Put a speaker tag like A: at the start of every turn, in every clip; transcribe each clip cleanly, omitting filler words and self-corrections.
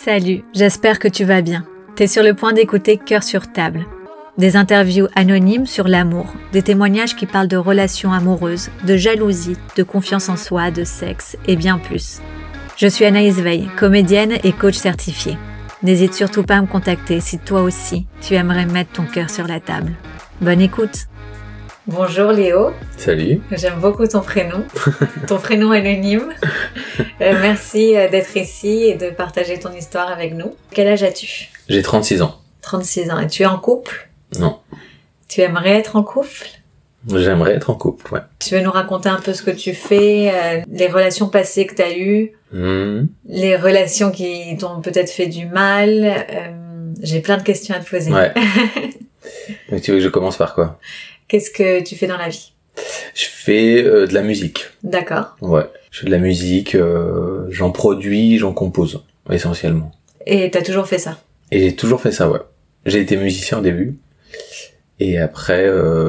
A: Salut, j'espère que tu vas bien. T'es sur le point d'écouter Cœur sur table. Des interviews anonymes sur l'amour, des témoignages qui parlent de relations amoureuses, de jalousie, de confiance en soi, de sexe et bien plus. Je suis Anaïs Veil, comédienne et coach certifiée. N'hésite surtout pas à me contacter si toi aussi tu aimerais mettre ton cœur sur la table. Bonne écoute. Bonjour Léo.
B: Salut.
A: J'aime beaucoup ton prénom anonyme. Merci d'être ici et de partager ton histoire avec nous. Quel âge as-tu ?
B: J'ai 36 ans.
A: 36 ans. Et tu es en couple ?
B: Non.
A: Tu aimerais être en couple ?
B: J'aimerais être en couple, ouais.
A: Tu veux nous raconter un peu ce que tu fais, les relations passées que tu as eues, les relations qui t'ont peut-être fait du mal. J'ai plein de questions à te poser.
B: Ouais. Donc tu veux que je commence par quoi ?
A: Qu'est-ce que tu fais dans la vie ?
B: Je fais de la musique.
A: D'accord.
B: Ouais. Je fais de la musique, j'en produis, j'en compose, essentiellement.
A: Et t'as toujours fait ça ?
B: Et j'ai toujours fait ça, ouais. J'ai été musicien au début. Et après,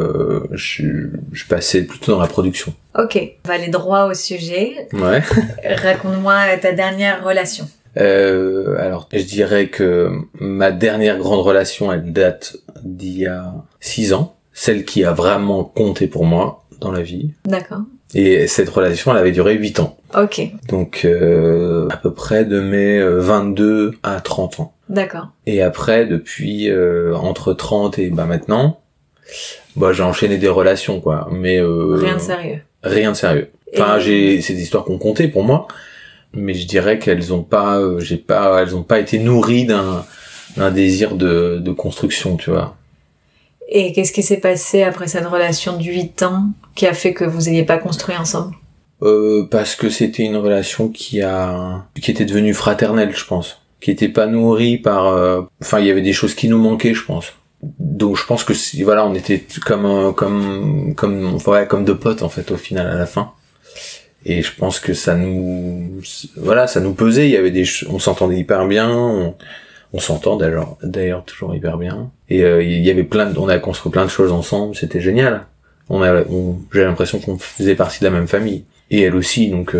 B: je passais plutôt dans la production.
A: Ok, on va aller droit au sujet.
B: Ouais.
A: Raconte-moi ta dernière relation.
B: Alors, je dirais que ma dernière grande relation, elle date d'il y a 6 ans. Celle qui a vraiment compté pour moi dans la vie.
A: D'accord.
B: Et cette relation, elle avait duré 8 ans.
A: Ok.
B: Donc, à peu près de mes 22 à 30 ans.
A: D'accord.
B: Et après, depuis entre 30 et maintenant, j'ai enchaîné des relations, quoi. Mais
A: rien de sérieux.
B: Rien de sérieux. Enfin, c'est des histoires qu'on comptait pour moi, mais je dirais qu'elles ont pas, elles ont pas été nourries d'un désir de construction, tu vois.
A: Et qu'est-ce qui s'est passé après cette relation de 8 ans qui a fait que vous n'ayez pas construit ensemble ?
B: Parce que c'était une relation qui était devenue fraternelle, je pense. Qui était pas nourrie par... il y avait des choses qui nous manquaient, je pense. Donc je pense que on était comme deux potes, en fait, au final, à la fin. Et je pense que ça nous pesait. Il y avait on s'entendait hyper bien, on s'entend d'ailleurs toujours hyper bien. Et il y avait on a construit plein de choses ensemble, c'était génial. J'ai l'impression qu'on faisait partie de la même famille. Et elle aussi, donc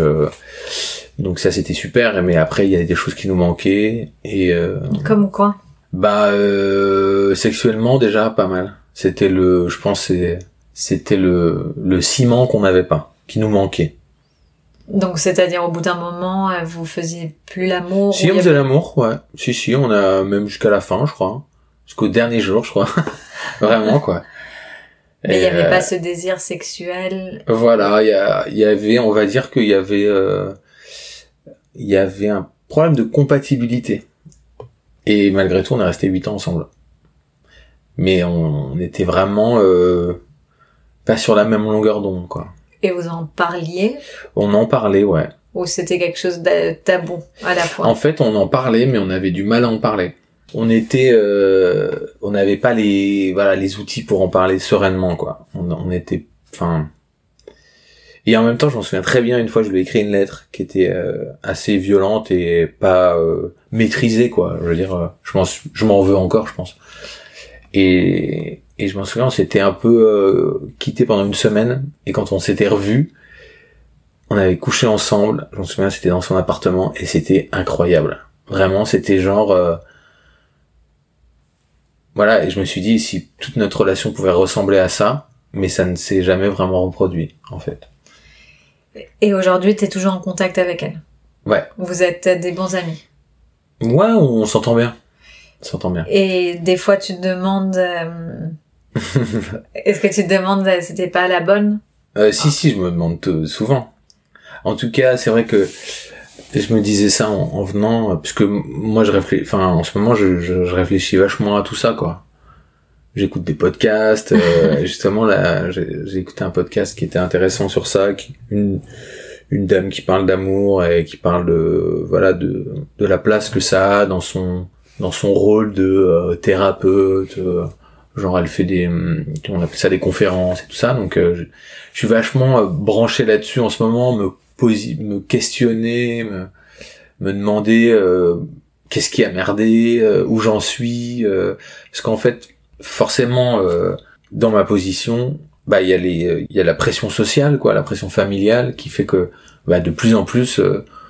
B: ça c'était super. Mais après il y a des choses qui nous manquaient. Et
A: comme quoi ?
B: Sexuellement déjà pas mal. C'était le ciment qu'on n'avait pas, qui nous manquait.
A: Donc, c'est-à-dire, au bout d'un moment, vous faisiez plus l'amour?
B: Si, on faisait l'amour, ouais. Si, on a même jusqu'à la fin, je crois. Jusqu'au dernier jour, je crois. Vraiment, quoi.
A: Mais il n'y avait pas ce désir sexuel?
B: Voilà, il y avait, on va dire qu'il y avait un problème de compatibilité. Et malgré tout, on est resté 8 ans ensemble. Mais on était vraiment pas sur la même longueur d'onde, quoi.
A: Et vous en parliez ?
B: On en parlait, ouais.
A: Ou c'était quelque chose de tabou à la fois ?
B: En fait, on en parlait, mais on avait du mal à en parler. On n'avait pas les outils pour en parler sereinement, quoi. Et en même temps, je m'en souviens très bien, une fois, je lui ai écrit une lettre qui était assez violente et pas maîtrisée, quoi. Je veux dire, je m'en veux encore, je pense. Et je m'en souviens, on s'était un peu quitté pendant une semaine, et quand on s'était revus, on avait couché ensemble. Je m'en souviens, c'était dans son appartement, et c'était incroyable. Vraiment, c'était genre... et je me suis dit, si toute notre relation pouvait ressembler à ça, mais ça ne s'est jamais vraiment reproduit, en fait.
A: Et aujourd'hui, t'es toujours en contact avec elle ?
B: Ouais.
A: Vous êtes des bons amis ?
B: Ouais, on s'entend bien. On s'entend bien.
A: Et des fois, tu te demandes... Est-ce que tu te demandes c'était pas la bonne ?
B: Si, je me demande souvent. En tout cas, c'est vrai que je me disais ça en venant, parce que moi en ce moment je réfléchis vachement à tout ça, quoi. J'écoute des podcasts, justement là, j'ai écouté un podcast qui était intéressant sur ça, une dame qui parle d'amour et qui parle de la place que ça a dans son rôle de thérapeute, genre elle fait on appelle ça des conférences et tout ça, donc je suis vachement branché là-dessus en ce moment, me questionner, me demander qu'est-ce qui a merdé, où j'en suis, parce qu'en fait forcément dans ma position, il y a la pression sociale, quoi, la pression familiale qui fait que de plus en plus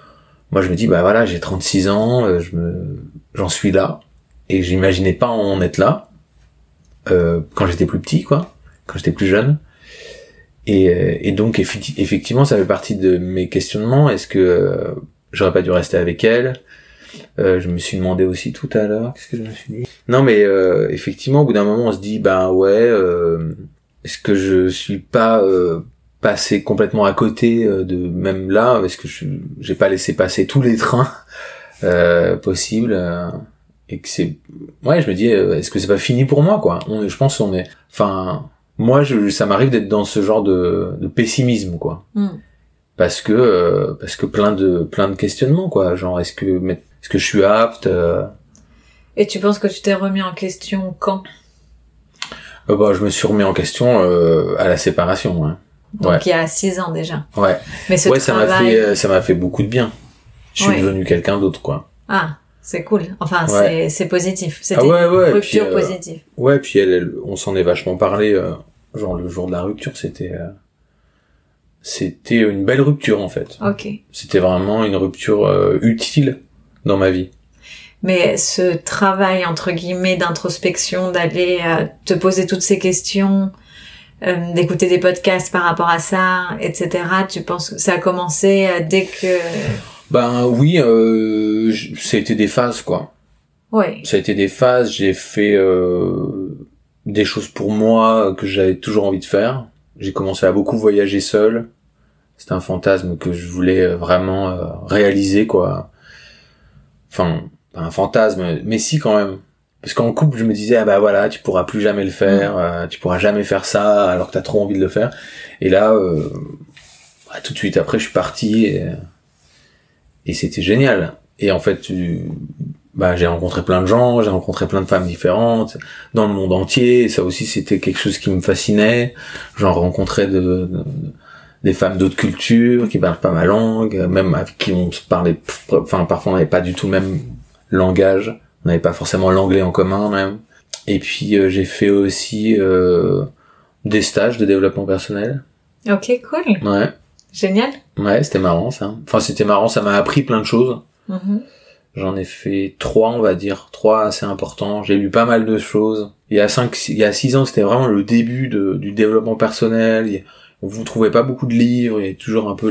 B: moi je me dis bah voilà, j'ai 36 ans, j'en suis là et j'imaginais pas en être là quand j'étais plus petit quoi, quand j'étais plus jeune. Et donc effectivement ça fait partie de mes questionnements. Est-ce que j'aurais pas dû rester avec elle? Je me suis demandé aussi tout à l'heure, qu'est-ce que je me suis dit? Non mais effectivement au bout d'un moment on se dit bah ouais, est-ce que je suis pas passé complètement à côté de même là, est-ce que j'ai pas laissé passer tous les trains possibles et que c'est ouais, je me dis est-ce que c'est pas fini pour moi quoi. Je pense on est enfin moi ça m'arrive d'être dans ce genre de pessimisme quoi. Parce que plein de questionnements quoi, genre est-ce que je suis apte
A: Et tu penses que tu t'es remis en question quand?
B: Bah je me suis remis en question à la séparation hein.
A: Donc
B: ouais.
A: il y a 6 ans déjà.
B: Ouais.
A: Mais ce travail...
B: ça m'a fait beaucoup de bien. Je suis devenu quelqu'un d'autre quoi.
A: Ah, c'est cool. Enfin
B: ouais.
A: c'est positif. C'était
B: une
A: rupture positive.
B: Ouais, puis on s'en est vachement parlé genre le jour de la rupture, c'était une belle rupture en fait.
A: OK.
B: C'était vraiment une rupture utile dans ma vie.
A: Mais ce travail entre guillemets d'introspection, d'aller te poser toutes ces questions, d'écouter des podcasts par rapport à ça, etc. Tu penses que ça a commencé dès que...
B: Ben oui, ça a été des phases quoi.
A: Oui.
B: Ça a été des phases, j'ai fait des choses pour moi que j'avais toujours envie de faire. J'ai commencé à beaucoup voyager seul. C'était un fantasme que je voulais vraiment réaliser quoi. Enfin, pas un fantasme, mais si quand même. Parce qu'en couple, je me disais ah bah voilà, tu pourras plus jamais le faire, tu pourras jamais faire ça alors que t'as trop envie de le faire. Et là, tout de suite après, je suis parti et c'était génial. Et en fait, j'ai rencontré plein de gens, j'ai rencontré plein de femmes différentes dans le monde entier. Et ça aussi, c'était quelque chose qui me fascinait. J'en rencontrais des femmes d'autres cultures qui parlent pas ma langue, même avec qui on se parlait. Enfin, parfois on n'avait pas du tout le même langage. On n'avait pas forcément l'anglais en commun même. Et puis j'ai fait aussi des stages de développement personnel.
A: Ok, cool.
B: Ouais.
A: Génial.
B: Ouais, c'était marrant ça. Enfin, c'était marrant, ça m'a appris plein de choses. J'en ai fait 3, on va dire. 3 assez importants. J'ai lu pas mal de choses. Il y a 6 ans, c'était vraiment le début du développement personnel. Vous trouvez pas beaucoup de livres. Il y a toujours un peu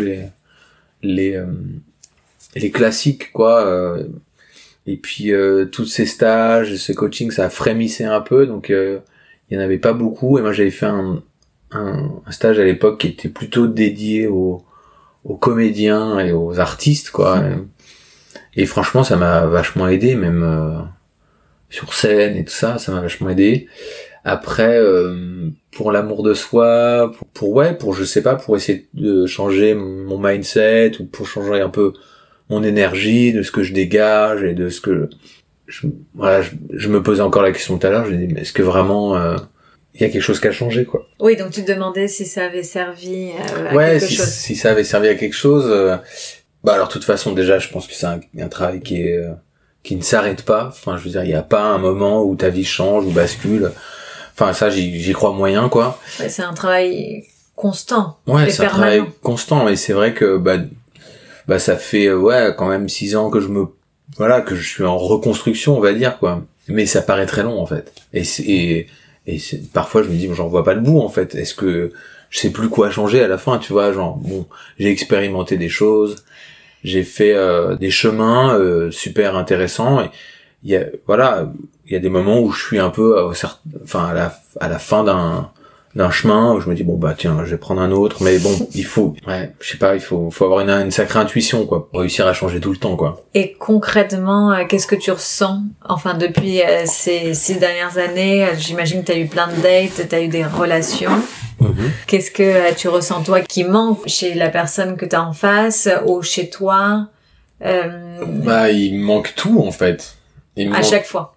B: les classiques, quoi. Et puis, tous ces stages, ce coaching, ça a frémissé un peu. Donc, il y en avait pas beaucoup. Et moi, j'avais fait un stage à l'époque qui était plutôt dédié aux comédiens et aux artistes, quoi. Et franchement, ça m'a vachement aidé, même sur scène et tout ça, ça m'a vachement aidé. Après, pour l'amour de soi, pour je sais pas, pour essayer de changer mon mindset ou pour changer un peu mon énergie, de ce que je dégage et de ce que je me posais encore la question tout à l'heure. Je me dis, mais est-ce que vraiment il y a quelque chose qui a changé, quoi.
A: Oui, donc tu te demandais si ça avait servi à quelque chose.
B: Si ça avait servi à quelque chose. Alors, de toute façon, déjà, je pense que c'est un travail qui ne s'arrête pas. Enfin, je veux dire, il n'y a pas un moment où ta vie change ou bascule. Enfin, ça, j'y crois moyen, quoi.
A: Ouais, c'est un travail constant.
B: Ouais, c'est un travail constant. Et c'est vrai que, ça fait, quand même 6 ans que que je suis en reconstruction, on va dire, quoi. Mais ça paraît très long, en fait. Et parfois, je me dis, j'en vois pas le bout, en fait. Est-ce que je sais plus quoi changer à la fin, tu vois, genre, j'ai expérimenté des choses, j'ai fait des chemins super intéressants, et il y a des moments où je suis un peu à la fin d'un chemin où je me dis tiens, je vais prendre un autre, mais il faut avoir une sacrée intuition, quoi, pour réussir à changer tout le temps, quoi.
A: Et concrètement, qu'est-ce que tu ressens depuis ces 6 dernières années? J'imagine que tu as eu plein de dates, tu as eu des relations. Qu'est-ce que tu ressens, toi, qui manque chez la personne que tu as en face ou chez toi?
B: Il manque tout, en fait.
A: Chaque fois.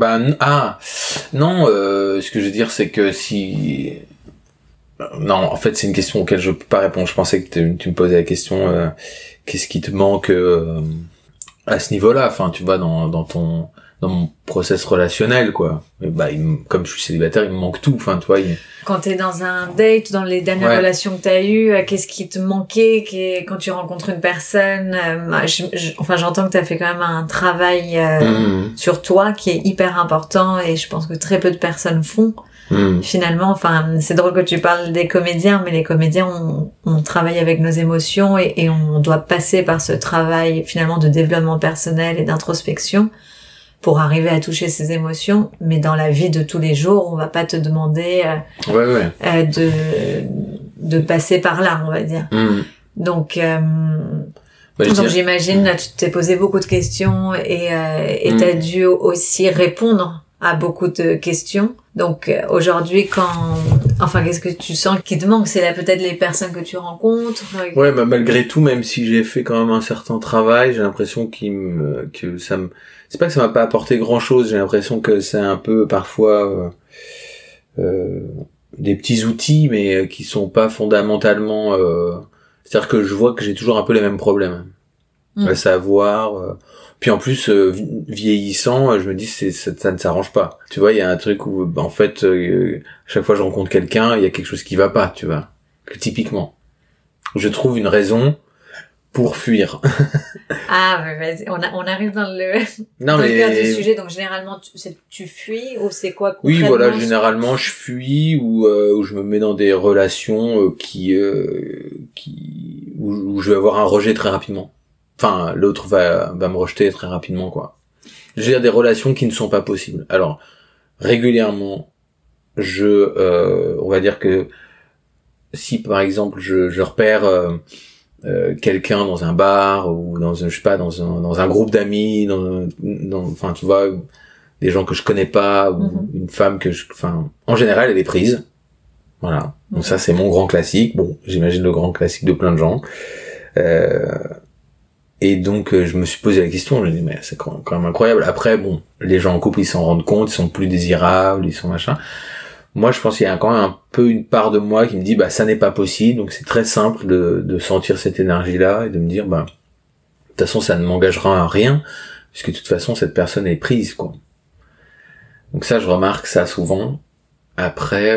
B: Non, ce que je veux dire, c'est que si... Non, en fait, c'est une question auquel je peux pas répondre. Je pensais que tu me posais la question, qu'est-ce qui te manque à ce niveau-là, enfin, tu vois, dans dans mon process relationnel, quoi. Mais comme je suis célibataire, il me manque tout. Enfin, tu vois.
A: Quand t'es dans un date, dans les dernières relations que t'as eues, qu'est-ce qui te manquait quand tu rencontres une personne? J'entends que t'as fait quand même un travail sur toi qui est hyper important et je pense que très peu de personnes font. Finalement, c'est drôle que tu parles des comédiens, mais les comédiens, on travaille avec nos émotions et on doit passer par ce travail finalement de développement personnel et d'introspection pour arriver à toucher ses émotions. Mais dans la vie de tous les jours, on va pas te demander de passer par là, on va dire. Donc j'imagine, tu t'es posé beaucoup de questions et t'as dû aussi répondre à beaucoup de questions. Donc aujourd'hui, qu'est-ce que tu sens qui te manque? C'est là peut-être les personnes que tu rencontres.
B: Ouais, malgré tout, même si j'ai fait quand même un certain travail, j'ai l'impression c'est pas que ça m'a pas apporté grand-chose. J'ai l'impression que c'est un peu parfois des petits outils, mais qui sont pas fondamentalement. C'est-à-dire que je vois que j'ai toujours un peu les mêmes problèmes, à savoir. Puis en plus, vieillissant, je me dis ça ne s'arrange pas. Tu vois, il y a un truc où, en fait, chaque fois que je rencontre quelqu'un, il y a quelque chose qui va pas, tu vois. Typiquement, je trouve une raison pour fuir.
A: Mais vas-y, on arrive dans le cœur du sujet. Donc généralement, tu fuis ou c'est quoi concrètement?
B: Oui, voilà, généralement je fuis ou je me mets dans des relations où je vais avoir un rejet très rapidement. Enfin, l'autre va me rejeter très rapidement, quoi. Je veux dire, des relations qui ne sont pas possibles. Alors, régulièrement, on va dire que si, par exemple, je repère quelqu'un dans un bar ou dans un groupe d'amis, enfin, tu vois, des gens que je connais pas ou une femme en général, elle est prise. Voilà. Donc ça, c'est mon grand classique. Bon, j'imagine le grand classique de plein de gens. Et donc je me suis posé la question, je me dis mais c'est quand même incroyable. Après bon, les gens en couple ils s'en rendent compte, ils sont plus désirables, ils sont machin. Moi je pense qu'il y a quand même un peu une part de moi qui me dit ça n'est pas possible. Donc c'est très simple de sentir cette énergie là et de me dire de toute façon ça ne m'engagera à rien puisque de toute façon cette personne est prise, quoi. Donc ça je remarque ça souvent. Après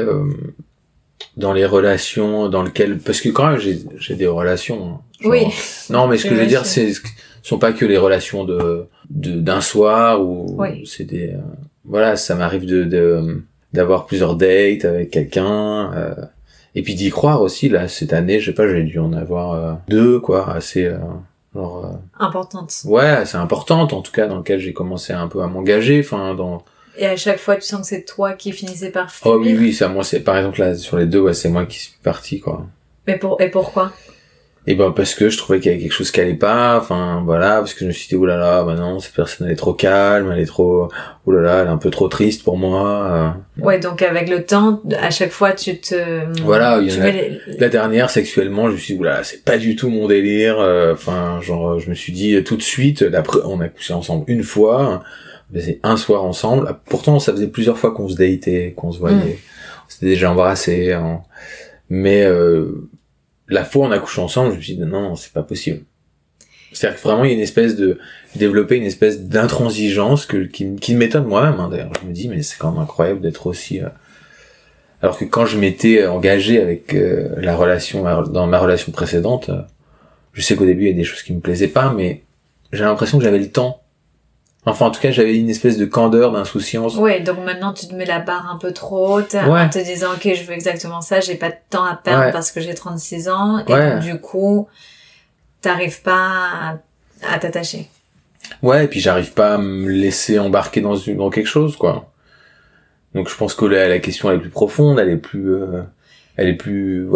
B: dans les relations dans lesquelles, parce que quand même j'ai des relations,
A: oui.
B: Non, mais ce que je veux dire, ce sont pas que les relations d'un soir ou c'est des ça m'arrive d'avoir plusieurs dates avec quelqu'un et puis d'y croire aussi. Là cette année, je sais pas, j'ai dû en avoir 2, quoi, assez
A: importantes.
B: Ouais, c'est importante en tout cas, dans lequel j'ai commencé un peu à m'engager,
A: Et à chaque fois, tu sens que c'est toi qui finissais par fuir.
B: Oh oui, ça, moi, c'est, par exemple, là, sur les 2, c'est moi qui suis parti, quoi.
A: Et pourquoi?
B: Parce que je trouvais qu'il y avait quelque chose qui allait pas, parce que je me suis dit, oulala, non, cette personne, elle est trop calme, elle est trop, oulala, elle est un peu trop triste pour moi.
A: Ouais, donc avec le temps, à chaque fois, tu te...
B: Voilà, la dernière, sexuellement, je me suis dit, oulala, c'est pas du tout mon délire, je me suis dit, tout de suite, on a couché ensemble une fois, on faisait un soir ensemble, pourtant, ça faisait plusieurs fois qu'on se datait, qu'on se voyait, on s'était déjà embrassés, mais la fois où on a couché ensemble, je me suis dit non, c'est pas possible. C'est-à-dire que vraiment il y a une espèce de développer une espèce d'intransigeance qui m'étonne moi-même, d'ailleurs. Je me dis mais c'est quand même incroyable d'être aussi alors que quand je m'étais engagé avec la relation dans ma relation précédente, je sais qu'au début il y a des choses qui me plaisaient pas, mais j'ai l'impression que j'avais le temps. Enfin, en tout cas, j'avais une espèce de candeur, d'insouciance.
A: Ouais, donc maintenant, tu te mets la barre un peu trop haute, en te disant, ok, je veux exactement ça, j'ai pas de temps à perdre parce que j'ai 36 ans, et donc, du coup, t'arrives pas à t'attacher.
B: Ouais, et puis j'arrive pas à me laisser embarquer dans quelque chose, quoi. Donc, je pense que la question, elle est plus profonde, elle est plus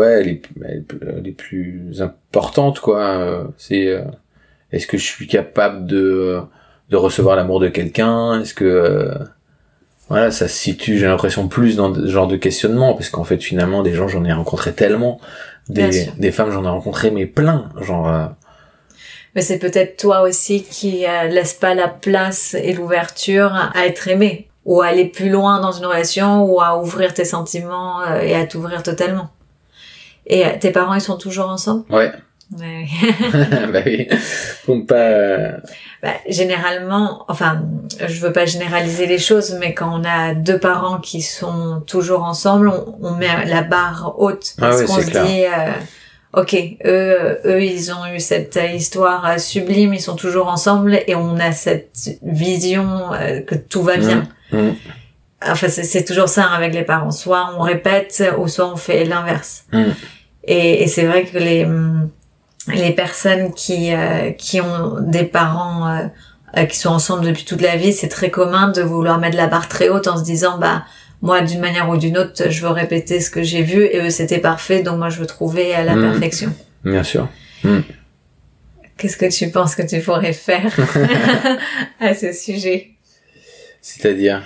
B: importante, quoi. Est-ce que je suis capable de recevoir l'amour de quelqu'un? Est-ce que ça se situe, j'ai l'impression, plus dans ce genre de questionnement, parce qu'en fait finalement des gens, j'en ai rencontré tellement, des femmes, j'en ai rencontré mais plein,
A: mais c'est peut-être toi aussi qui laisse pas la place et l'ouverture à être aimé, ou à aller plus loin dans une relation, ou à ouvrir tes sentiments et à t'ouvrir totalement. Et tes parents, ils sont toujours ensemble?
B: Ouais,
A: Ouais.
B: Bah oui. Pour pas...
A: Généralement, enfin, je veux pas généraliser les choses, mais quand on a deux parents qui sont toujours ensemble, on met la barre haute. Parce qu'on se dit, ok, eux, ils ont eu cette histoire sublime, ils sont toujours ensemble, et on a cette vision que tout va bien. Enfin, c'est toujours ça avec les parents. Soit on répète, ou soit on fait l'inverse. Et c'est vrai que les personnes qui ont des parents qui sont ensemble depuis toute la vie, c'est très commun de vouloir mettre la barre très haute en se disant moi d'une manière ou d'une autre je veux répéter ce que j'ai vu et eux c'était parfait, donc moi je veux trouver la perfection.
B: Bien sûr.
A: Qu'est-ce que tu penses que tu pourrais faire à ce sujet?
B: C'est-à-dire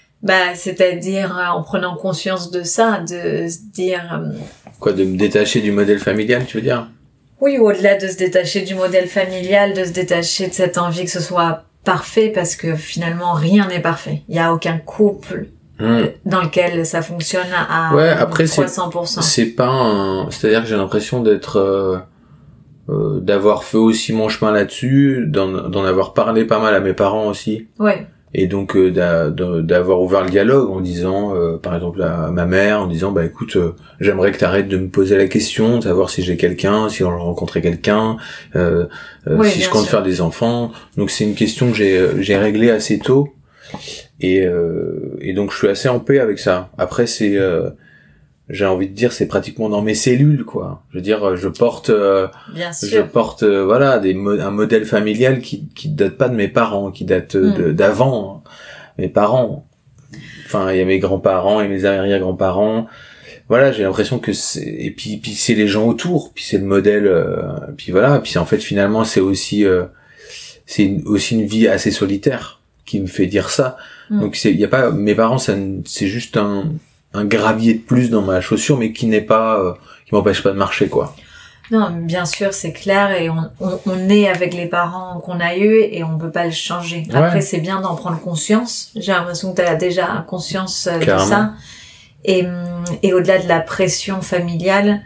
A: en prenant conscience de ça, de se dire
B: quoi, de me détacher du modèle familial, tu veux dire?
A: Oui, au-delà de se détacher du modèle familial, de se détacher de cette envie que ce soit parfait, parce que finalement rien n'est parfait. Il y a aucun couple dans lequel ça fonctionne à
B: après
A: 300%.
B: C'est pas c'est-à-dire que j'ai l'impression d'avoir fait aussi mon chemin là-dessus, d'en avoir parlé pas mal à mes parents aussi.
A: Ouais.
B: Et donc d'avoir ouvert le dialogue en disant par exemple à ma mère, en disant écoute, j'aimerais que t'arrêtes de me poser la question de savoir si j'ai quelqu'un, si on rencontrait quelqu'un, si je compte faire des enfants. Donc c'est une question que j'ai réglée assez tôt, et donc je suis assez en paix avec ça. Après c'est j'ai envie de dire, c'est pratiquement dans mes cellules, quoi. Je veux dire, je porte voilà un modèle familial qui date pas de mes parents, qui date d'avant mes parents. Enfin, il y a mes grands-parents et mes arrière-grands-parents. Voilà, j'ai l'impression que et puis c'est les gens autour, puis c'est le modèle, puis voilà, puis en fait finalement c'est aussi une vie assez solitaire qui me fait dire ça. Donc il y a pas mes parents, c'est juste un gravier de plus dans ma chaussure, mais qui m'empêche pas de marcher, quoi.
A: Non, bien sûr, c'est clair, et on est avec les parents qu'on a eus et on peut pas le changer. Après, c'est bien d'en prendre conscience. J'ai l'impression que t'as déjà conscience de ça. Et au-delà de la pression familiale,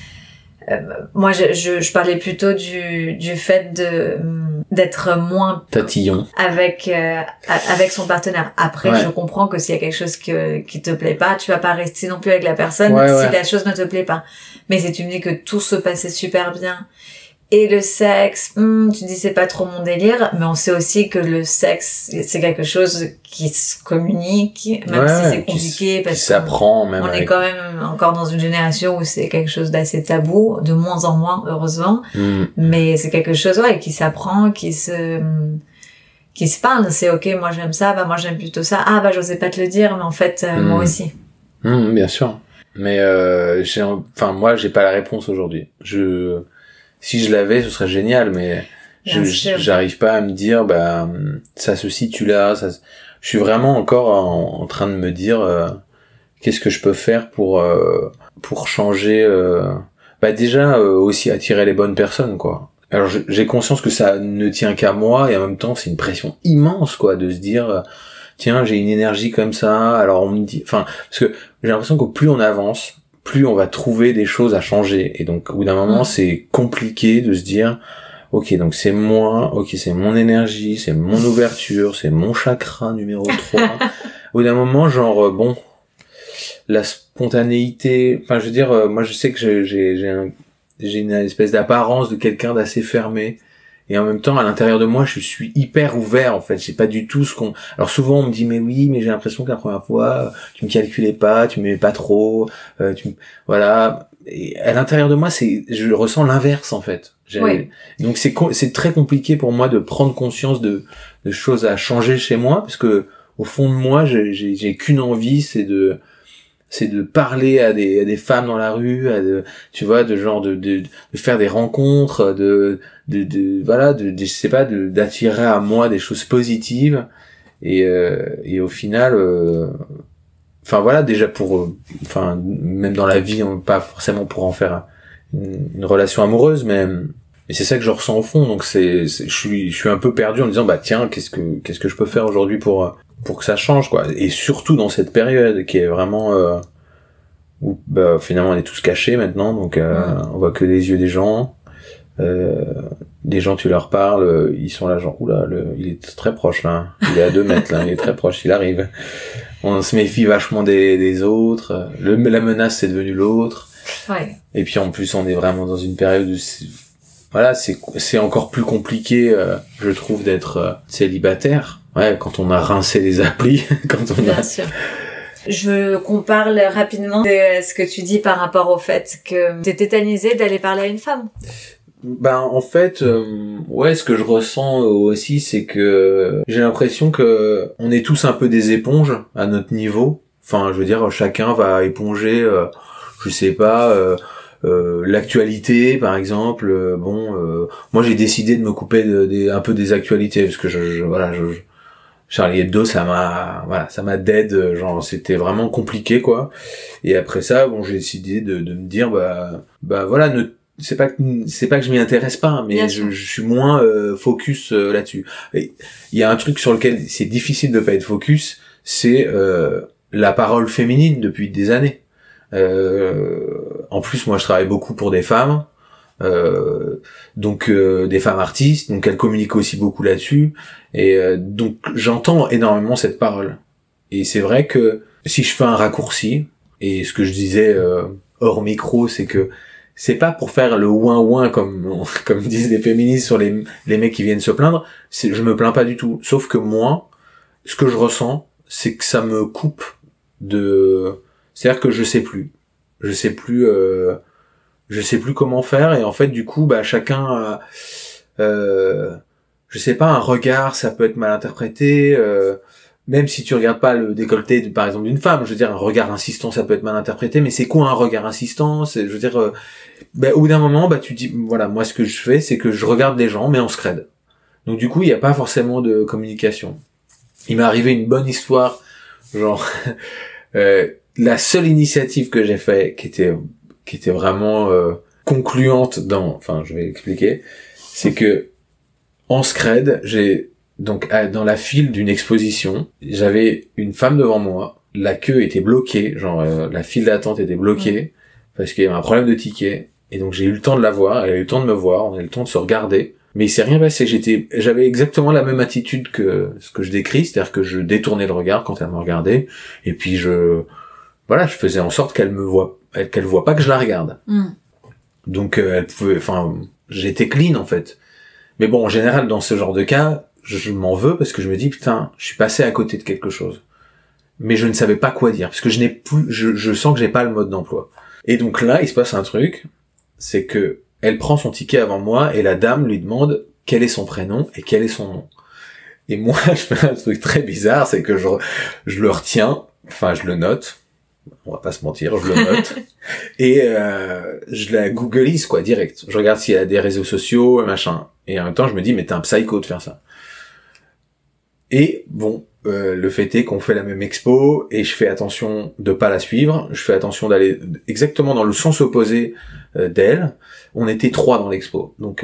A: moi, je parlais plutôt du fait d'être moins
B: tatillon
A: avec son partenaire. Après, je comprends que s'il y a quelque chose qui te plaît pas, tu vas pas rester non plus avec la personne si la chose ne te plaît pas. Mais si tu me dis que tout se passait super bien et le sexe, tu dis c'est pas trop mon délire, mais on sait aussi que le sexe c'est quelque chose qui se communique, même si c'est compliqué, parce
B: qui s'apprend, même
A: on est quand même encore dans une génération où c'est quelque chose d'assez tabou, de moins en moins heureusement, mais c'est quelque chose qui s'apprend, qui se parle. C'est ok, moi j'aime ça, moi j'aime plutôt ça, j'osais pas te le dire, mais en fait moi aussi.
B: Bien sûr, mais moi j'ai pas la réponse aujourd'hui. Si je l'avais, ce serait génial, mais j'arrive pas à me dire, ça se situe là, je suis vraiment encore en train de me dire, qu'est-ce que je peux faire pour changer, déjà, aussi attirer les bonnes personnes, quoi. Alors, j'ai conscience que ça ne tient qu'à moi, et en même temps, c'est une pression immense, quoi, de se dire, tiens, j'ai une énergie comme ça, alors on me dit, parce que j'ai l'impression que plus on avance, plus on va trouver des choses à changer, et donc au bout d'un moment c'est compliqué de se dire ok, donc c'est moi, ok, c'est mon énergie, c'est mon ouverture, c'est mon chakra numéro 3. Au bout d'un moment, la spontanéité, je veux dire, moi je sais que j'ai une espèce d'apparence de quelqu'un d'assez fermé, et en même temps à l'intérieur de moi je suis hyper ouvert, en fait. J'ai pas du tout alors souvent on me dit mais oui, mais j'ai l'impression que la première fois tu me calculais pas, tu m'aimais pas trop, voilà. Et à l'intérieur de moi je ressens l'inverse, en fait. Donc c'est très compliqué pour moi de prendre conscience de choses à changer chez moi, parce que au fond de moi j'ai qu'une envie, c'est de parler à des femmes dans la rue, tu vois, de faire des rencontres, je sais pas, d'attirer à moi des choses positives, et au final, déjà même dans la vie, pas forcément pour en faire une relation amoureuse, mais c'est ça que je ressens au fond. Donc je suis un peu perdu en me disant tiens, qu'est-ce que je peux faire aujourd'hui pour que ça change, quoi. Et surtout dans cette période qui est vraiment où finalement on est tous cachés maintenant, donc on voit que les yeux des gens, Des gens, tu leur parles, ils sont là genre, oula, il est très proche là, il est à 2 mètres là, il est très proche, il arrive. On se méfie vachement des autres, la menace c'est devenu l'autre.
A: Ouais.
B: Et puis en plus on est vraiment dans une période où c'est encore plus compliqué, je trouve, d'être célibataire. Ouais, quand on a rincé les applis,
A: Bien sûr. Je veux qu'on parle rapidement de ce que tu dis par rapport au fait que t'es tétanisé d'aller parler à une femme.
B: Ben en fait, ouais, ce que je ressens aussi, c'est que j'ai l'impression que on est tous un peu des éponges à notre niveau. Enfin, je veux dire, chacun va éponger, je sais pas, l'actualité, par exemple. Moi, j'ai décidé de me couper un peu des actualités parce que Charlie Hebdo, ça m'a dead, genre c'était vraiment compliqué quoi. Et après ça, bon, j'ai décidé de me dire voilà, c'est pas que je m'y intéresse pas, mais je suis moins focus là-dessus. Il y a un truc sur lequel c'est difficile de pas être focus, c'est la parole féminine depuis des années. En plus, moi, je travaille beaucoup pour des femmes, donc des femmes artistes, donc elles communiquent aussi beaucoup là-dessus, et donc j'entends énormément cette parole. Et c'est vrai que si je fais un raccourci, et ce que je disais hors micro, c'est que c'est pas pour faire le ouin-ouin comme disent les féministes sur les mecs qui viennent se plaindre, je me plains pas du tout. Sauf que moi, ce que je ressens, c'est que ça me coupe c'est-à-dire que je sais plus comment faire, et en fait du coup chacun je sais pas, un regard ça peut être mal interprété, même si tu regardes pas le décolleté par exemple d'une femme, je veux dire un regard insistant ça peut être mal interprété, mais c'est quoi un regard insistant? Je veux dire au bout d'un moment tu dis voilà, moi ce que je fais c'est que je regarde les gens mais on se crède. Donc du coup il y a pas forcément de communication. Il m'est arrivé une bonne histoire, genre la seule initiative que j'ai fait qui était vraiment concluante je vais expliquer, c'est que en scred, dans la file d'une exposition, j'avais une femme devant moi, la queue était bloquée, la file d'attente était bloquée parce qu'il y avait un problème de ticket, et donc j'ai eu le temps de la voir, elle a eu le temps de me voir, on a eu le temps de se regarder, mais il s'est rien passé. J'avais exactement la même attitude que ce que je décris, c'est-à-dire que je détournais le regard quand elle me regardait, et puis je faisais en sorte qu'elle voit pas que je la regarde. Donc j'étais clean en fait. Mais bon, en général, dans ce genre de cas, je m'en veux parce que je me dis, putain, je suis passé à côté de quelque chose. Mais je ne savais pas quoi dire, parce que je sens que j'ai pas le mode d'emploi. Et donc là, il se passe un truc, c'est que elle prend son ticket avant moi, et la dame lui demande quel est son prénom et quel est son nom. Et moi, je fais un truc très bizarre, c'est que je le retiens, je le note, on va pas se mentir, je le note, et je la googleise quoi, direct. Je regarde s'il y a des réseaux sociaux, machin. Et en même temps, je me dis, mais t'es un psycho de faire ça. Et bon, le fait est qu'on fait la même expo, et je fais attention de pas la suivre, je fais attention d'aller exactement dans le sens opposé d'elle. On était 3 dans l'expo, donc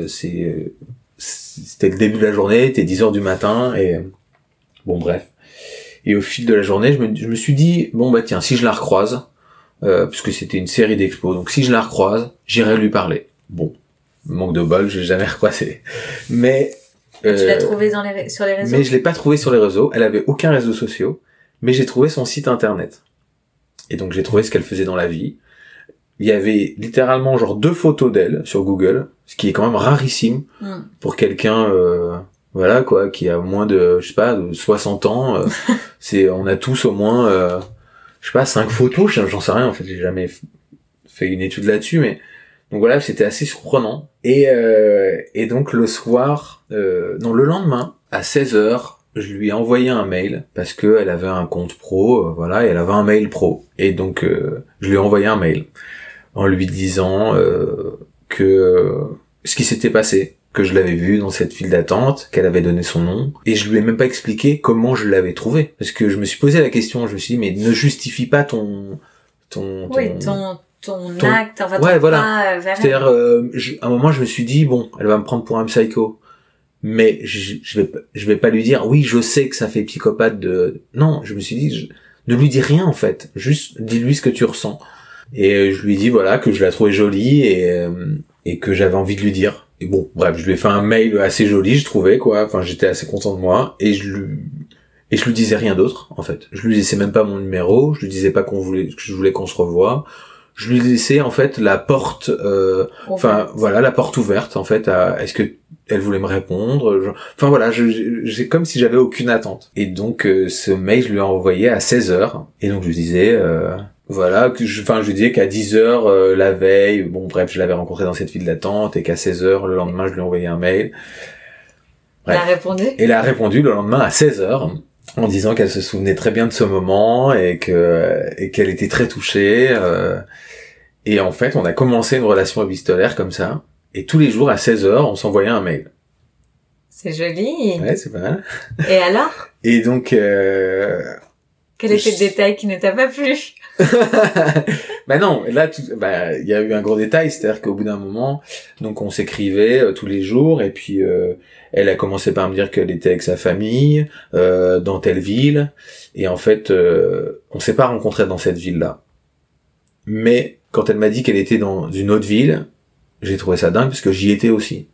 B: c'était le début de la journée, c'était 10h du matin, et bon bref. Et au fil de la journée, je me suis dit, tiens, si je la recroise, puisque c'était une série d'expos, donc si je la recroise, j'irai lui parler. Bon, manque de bol, j'ai jamais recroisé. Mais
A: tu l'as trouvé sur les réseaux?
B: Mais je l'ai pas trouvé sur les réseaux, elle avait aucun réseau social, mais j'ai trouvé son site internet. Et donc j'ai trouvé ce qu'elle faisait dans la vie. Il y avait littéralement 2 photos d'elle sur Google, ce qui est quand même rarissime pour quelqu'un qui a moins de, de 60 ans. On a tous au moins 5 photos, j'en sais rien en fait, j'ai jamais fait une étude là-dessus, mais donc voilà, c'était assez surprenant. Et donc le lendemain à 16h, je lui ai envoyé un mail parce que elle avait un compte pro, et elle avait un mail pro. Et donc je lui ai envoyé un mail en lui disant que ce qui s'était passé, que je l'avais vu dans cette file d'attente, qu'elle avait donné son nom, et je lui ai même pas expliqué comment je l'avais trouvé, parce que je me suis posé la question, je me suis dit mais ne justifie pas ton acte,
A: pas vers
B: c'est-à-dire à un moment je me suis dit elle va me prendre pour un psycho, mais je vais pas lui dire oui je sais que ça fait psychopathe non, je me suis dit ne lui dis rien en fait, juste dis-lui ce que tu ressens. Et je lui ai dit que je la trouvais jolie, et que j'avais envie de lui dire. Et bon, bref, je lui ai fait un mail assez joli, je trouvais, quoi. Enfin, j'étais assez content de moi, et je lui disais rien d'autre, en fait. Je lui laissais même pas mon numéro, je lui disais pas que je voulais qu'on se revoie. Je lui laissais, en fait, la porte, voilà, la porte ouverte, en fait, est-ce que elle voulait me répondre? Enfin, voilà, j'ai comme si j'avais aucune attente. Et donc, ce mail, je lui ai envoyé à 16h. Et donc, je lui disais, voilà, je lui disais qu'à 10h, la veille, bon, bref, je l'avais rencontré dans cette file d'attente, et qu'à 16h, le lendemain, je lui ai envoyé un mail.
A: Bref. Elle a répondu?
B: Elle a répondu le lendemain à 16h. En disant qu'elle se souvenait très bien de ce moment et qu'elle était très touchée. Et en fait, on a commencé une relation épistolaire comme ça. Et tous les jours à 16h, on s'envoyait un mail.
A: C'est joli.
B: Ouais, c'est pas mal.
A: Et alors?
B: Et donc...
A: Quel était le détail qui ne t'a pas plu?
B: Bah non, là, il y a eu un gros détail, c'est-à-dire qu'au bout d'un moment, donc on s'écrivait tous les jours, et puis elle a commencé par me dire qu'elle était avec sa famille dans telle ville, et en fait, on s'est pas rencontrés dans cette ville-là. Mais quand elle m'a dit qu'elle était dans une autre ville, j'ai trouvé ça dingue parce que j'y étais aussi.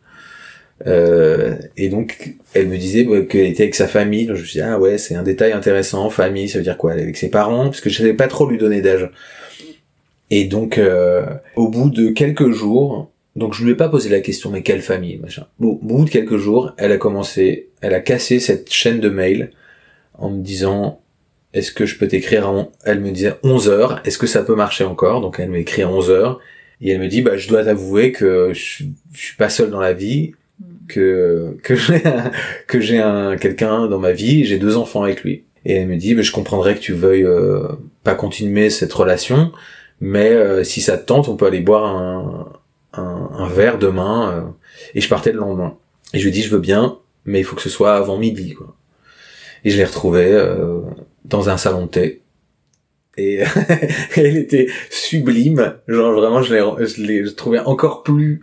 B: Et donc elle me disait qu'elle était avec sa famille. Donc je me suis dit ah ouais, c'est un détail intéressant. Famille, ça veut dire quoi? Elle est avec ses parents, parce que je savais pas trop lui donner d'âge. Et donc au bout de quelques jours, donc je lui ai pas posé la question mais quelle famille machin. Bon, au bout de quelques jours, elle a cassé cette chaîne de mails en me disant est-ce que je peux t'écrire elle me disait 11h, est-ce que ça peut marcher encore? Donc elle m'a écrit à 11h et elle me dit je dois t'avouer que je suis pas seul dans la vie, que j'ai quelqu'un dans ma vie, j'ai 2 enfants avec lui. Et elle me dit je comprendrais que tu veuilles pas continuer cette relation, mais si ça te tente, on peut aller boire un verre demain. Et je partais le lendemain. Et je lui dis je veux bien, mais il faut que ce soit avant midi, quoi. Et je l'ai retrouvée dans un salon de thé. Et elle était sublime. Genre vraiment, je l'ai trouvée encore plus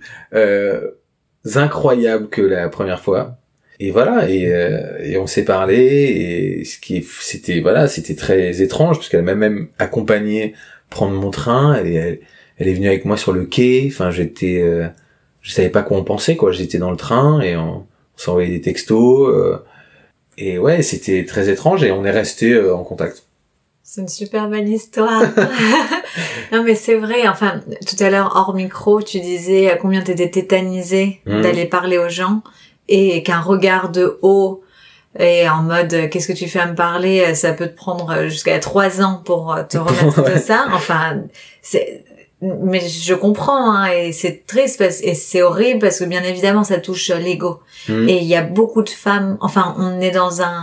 B: incroyable que la première fois. Et voilà, et on s'est parlé, et c'était très étrange, parce qu'elle m'a même accompagné prendre mon train, elle est venue avec moi sur le quai, enfin je savais pas quoi en penser, quoi, j'étais dans le train, et on s'envoyait des textos, et ouais, c'était très étrange, et on est resté en contact.
A: C'est une super belle histoire. Non mais c'est vrai, enfin, tout à l'heure, hors micro, tu disais à combien t'étais tétanisée d'aller parler aux gens, et qu'un regard de haut, et en mode, qu'est-ce que tu fais à me parler, ça peut te prendre jusqu'à 3 ans pour te remettre de ça. Enfin, mais je comprends, hein, et c'est triste, et c'est horrible, parce que bien évidemment, ça touche l'ego. Et il y a beaucoup de femmes, enfin, on est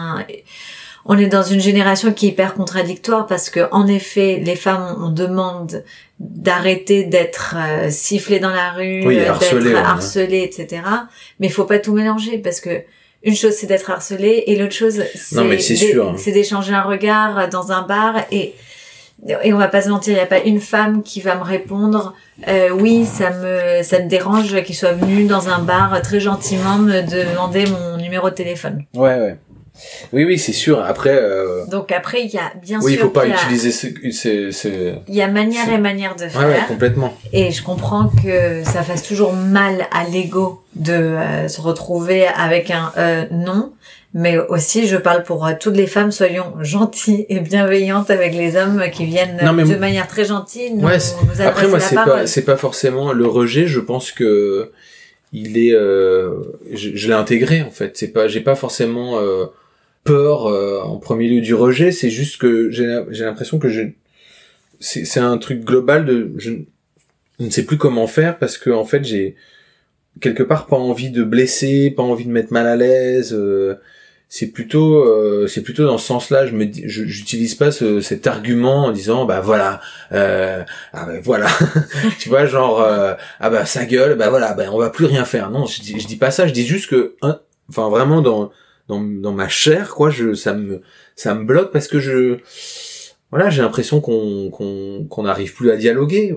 A: dans une génération qui est hyper contradictoire, parce que en effet, les femmes, on demande d'arrêter d'être sifflées dans la rue, d'être harcelées, etc. Mais il faut pas tout mélanger, parce que une chose c'est d'être harcelé, et l'autre chose c'est d'échanger un regard dans un bar, et on va pas se mentir, il y a pas une femme qui va me répondre oui, ça me dérange qu'il soit venu dans un bar très gentiment me demander mon numéro de téléphone.
B: Ouais. Oui, c'est sûr. Après.
A: Donc après, il y a bien sûr.
B: Oui, il faut pas utiliser
A: Il y a manière et manière de faire.
B: Ouais, complètement.
A: Et je comprends que ça fasse toujours mal à l'ego de se retrouver avec un non. Mais aussi, je parle pour toutes les femmes, soyons gentilles et bienveillantes avec les hommes qui viennent de manière très gentille. Nous adresser
B: après, moi,
A: la parole.
B: c'est pas forcément le rejet. Je pense que il est. Je l'ai intégré en fait. J'ai pas forcément peur en premier lieu du rejet. C'est juste que j'ai l'impression que c'est un truc global je ne sais plus comment faire, parce que en fait j'ai quelque part pas envie de blesser, pas envie de mettre mal à l'aise. C'est plutôt dans ce sens-là. J'utilise pas cet argument en disant voilà, voilà, tu vois, genre sa gueule, voilà, on va plus rien faire. Non, je dis pas ça. Je dis juste que enfin vraiment dans ma chair, quoi, ça me bloque, parce que j'ai l'impression qu'on n'arrive plus à dialoguer.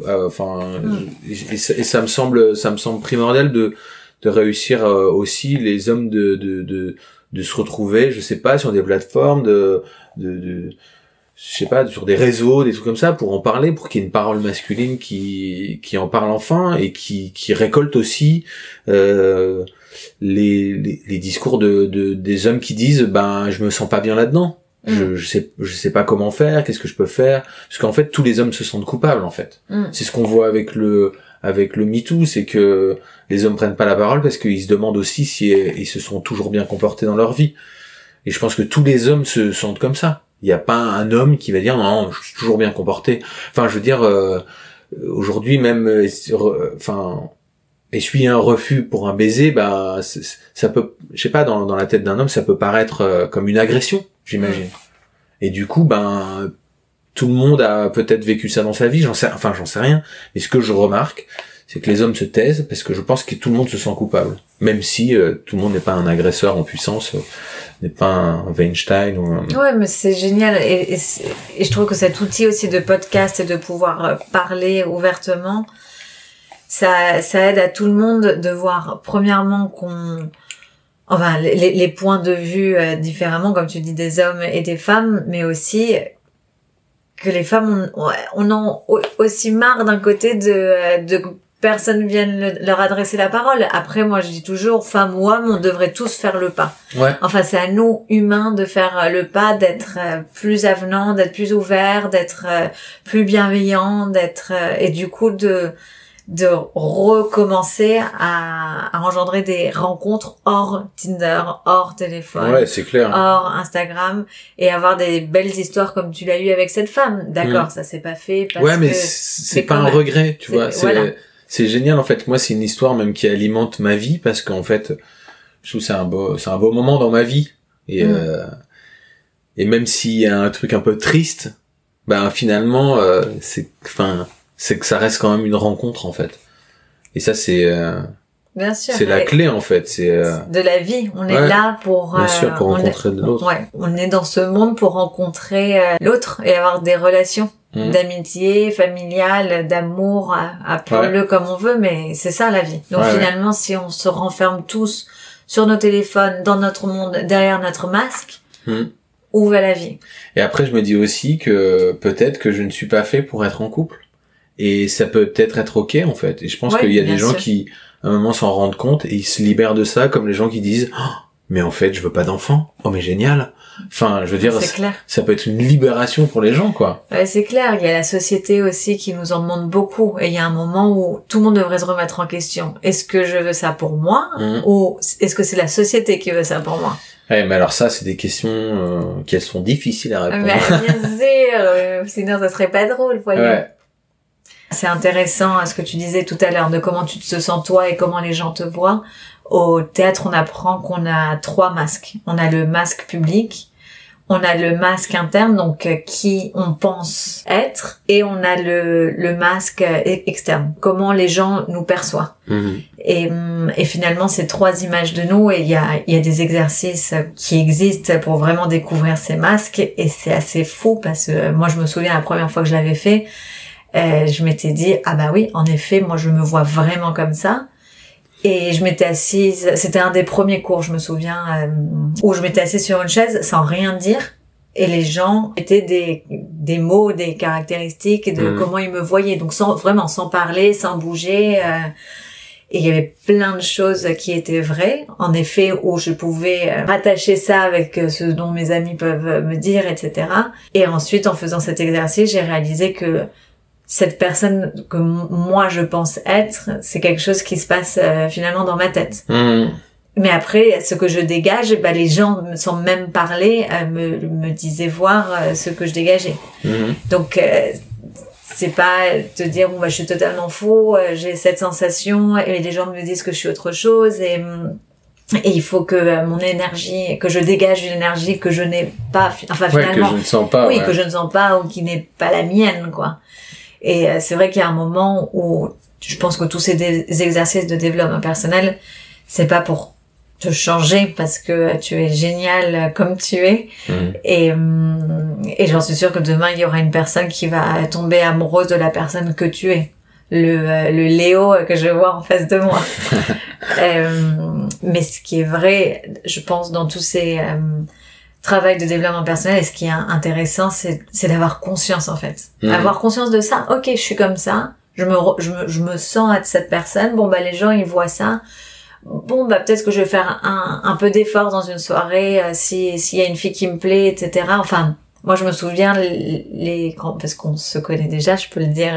B: Et ça me semble primordial de réussir aussi, les hommes de se retrouver, je sais pas, sur des plateformes, je sais pas, sur des réseaux, des trucs comme ça, pour en parler, pour qu'il y ait une parole masculine qui en parle enfin et qui récolte aussi les discours des hommes qui disent ben je me sens pas bien là-dedans. Je sais pas comment faire, qu'est-ce que je peux faire, parce qu'en fait tous les hommes se sentent coupables en fait. C'est ce qu'on voit avec le MeToo, c'est que les hommes prennent pas la parole parce qu'ils se demandent aussi si ils se sont toujours bien comportés dans leur vie. Et je pense que tous les hommes se sentent comme ça. Il y a pas un homme qui va dire non, je suis toujours bien comporté. Enfin, je veux dire aujourd'hui même essuyer un refus pour un baiser, bah ça peut, je sais pas, dans la tête d'un homme, ça peut paraître comme une agression, j'imagine. Et du coup, ben tout le monde a peut-être vécu ça dans sa vie, j'en sais rien. Mais ce que je remarque, c'est que les hommes se taisent parce que je pense que tout le monde se sent coupable, même si tout le monde n'est pas un agresseur en puissance, n'est pas un Weinstein ou un...
A: Ouais, mais c'est génial et je trouve que cet outil aussi de podcast et de pouvoir parler ouvertement, ça aide à tout le monde de voir premièrement les points de vue différemment, comme tu dis, des hommes et des femmes, mais aussi que les femmes on en aussi marre d'un côté de personne vienne leur adresser la parole. Après, moi, je dis toujours, femme ou homme, on devrait tous faire le pas.
B: Ouais.
A: Enfin, c'est à nous, humains, de faire le pas, d'être plus avenant, d'être plus ouvert, d'être plus bienveillant, et du coup, de recommencer à engendrer des rencontres hors Tinder, hors téléphone,
B: ouais, c'est clair,
A: hors Instagram, et avoir des belles histoires comme tu l'as eu avec cette femme. D'accord, ça s'est pas fait parce
B: ouais, mais
A: que
B: c'est pas un regret, tu vois. C'est génial, en fait. Moi, c'est une histoire même qui alimente ma vie parce qu'en fait, je trouve que c'est un beau moment dans ma vie. Et même s'il y a un truc un peu triste, ben, finalement, c'est que ça reste quand même une rencontre, en fait. Et ça,
A: bien sûr,
B: c'est la clé, en fait. C'est
A: de la vie. On est là pour
B: bien sûr, pour rencontrer l'autre.
A: Ouais, on est dans ce monde pour rencontrer l'autre et avoir des relations d'amitié, familiale, d'amour, appelle-le comme on veut, mais c'est ça la vie. Donc finalement, si on se renferme tous sur nos téléphones, dans notre monde, derrière notre masque, où va la vie?
B: Et après, je me dis aussi que peut-être que je ne suis pas fait pour être en couple. Et ça peut peut-être être ok, en fait. Et je pense qu'il y a des gens qui, à un moment, s'en rendent compte et ils se libèrent de ça, comme les gens qui disent « Oh, mais en fait, je veux pas d'enfant. Oh, mais génial !» Enfin, je veux dire, ça peut être une libération pour les gens, quoi.
A: Ouais, c'est clair. Il y a la société aussi qui nous en demande beaucoup. Et il y a un moment où tout le monde devrait se remettre en question. Est-ce que je veux ça pour moi ou est-ce que c'est la société qui veut ça pour moi?
B: Ouais, mais alors ça, c'est des questions qui sont difficiles à répondre.
A: Bien sûr, sinon ça serait pas drôle, voyons. Ouais. C'est intéressant ce que tu disais tout à l'heure de comment tu te sens toi et comment les gens te voient. Au théâtre, on apprend qu'on a 3 masques. On a le masque public, on a le masque interne, donc qui on pense être, et on a le masque externe, comment les gens nous perçoivent. Et finalement, c'est 3 images de nous, et il y a des exercices qui existent pour vraiment découvrir ces masques, et c'est assez fou parce que moi, je me souviens la première fois que je l'avais fait, je m'étais dit, ah bah oui, en effet, moi je me vois vraiment comme ça. Et je m'étais assise, c'était un des premiers cours, je me souviens, où je m'étais assise sur une chaise sans rien dire. Et les gens étaient des mots, des caractéristiques de comment ils me voyaient. Donc sans parler, sans bouger. Et il y avait plein de choses qui étaient vraies. En effet, où je pouvais rattacher ça avec ce dont mes amis peuvent me dire, etc. Et ensuite, en faisant cet exercice, j'ai réalisé que cette personne que moi je pense être, c'est quelque chose qui se passe finalement dans ma tête. Mais après, ce que je dégage, bah, les gens, sans même parler, me disaient voir ce que je dégageais. Donc, c'est pas te dire, bon, bah, je suis totalement faux, j'ai cette sensation, et les gens me disent que je suis autre chose, et il faut que mon énergie, que je dégage une énergie que je n'ai pas, enfin, finalement.
B: Que je ne sens pas.
A: Oui, que je ne sens pas, ou qui n'est pas la mienne, quoi. Et c'est vrai qu'il y a un moment où je pense que tous ces exercices de développement personnel, c'est pas pour te changer parce que tu es génial comme tu es. Et j'en suis sûre que demain, il y aura une personne qui va tomber amoureuse de la personne que tu es. Le Léo que je vois en face de moi. Mais ce qui est vrai, je pense, dans tous ces travail de développement personnel, et ce qui est intéressant, c'est d'avoir conscience, en fait. Avoir conscience de ça. Ok, je suis comme ça. Je me sens être cette personne. Bon, bah, les gens, ils voient ça. Bon, bah, peut-être que je vais faire un peu d'effort dans une soirée, s'il y a une fille qui me plaît, etc. Enfin, moi, je me souviens, parce qu'on se connaît déjà, je peux le dire,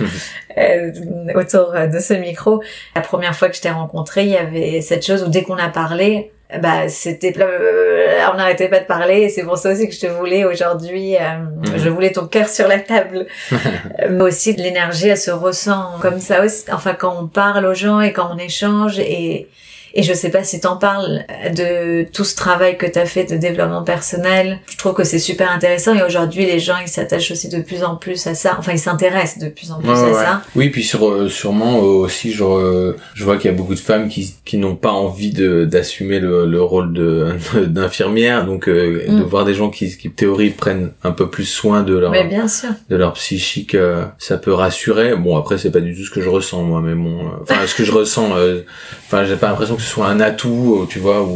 A: autour de ce micro. La première fois que je t'ai rencontré, il y avait cette chose où dès qu'on a parlé, bah, c'était on n'arrêtait pas de parler, et c'est pour ça aussi que je te voulais aujourd'hui, je voulais ton cœur sur la table. Mais aussi, l'énergie, elle se ressent comme ça aussi. Enfin, quand on parle aux gens et quand on échange, et je sais pas si t'en parles de tout ce travail que t'as fait de développement personnel. Je trouve que c'est super intéressant, et aujourd'hui, les gens, ils s'attachent aussi de plus en plus à ça. Enfin, ils s'intéressent de plus en plus à ça.
B: Oui, puis sûrement aussi, genre, je vois qu'il y a beaucoup de femmes qui n'ont pas envie d'assumer le rôle d'infirmière, donc de voir des gens qui théorie prennent un peu plus soin de leur psychique, ça peut rassurer. Bon, après, c'est pas du tout ce que je ressens, moi, mais bon, ce que je ressens, j'ai pas l'impression que ce soit un atout, tu vois,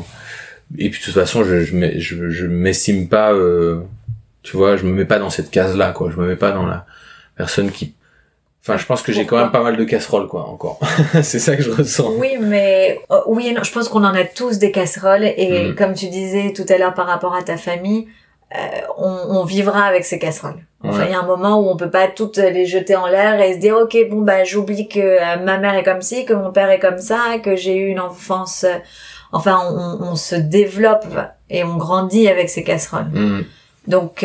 B: et puis de toute façon, je m'estime pas, tu vois, je me mets pas dans cette case-là, quoi. Je me mets pas dans la personne qui, enfin, je pense que j'ai quand même pas mal de casseroles, quoi, encore. C'est ça que je ressens.
A: Oui, mais oui et non, je pense qu'on en a tous des casseroles, et comme tu disais tout à l'heure par rapport à ta famille, on vivra avec ces casseroles. Enfin, il y a un moment où on peut pas toutes les jeter en l'air et se dire ok, bon, bah, j'oublie que ma mère est comme ci, que mon père est comme ça, que j'ai eu une enfance. Enfin, on se développe et on grandit avec ces casseroles. Donc,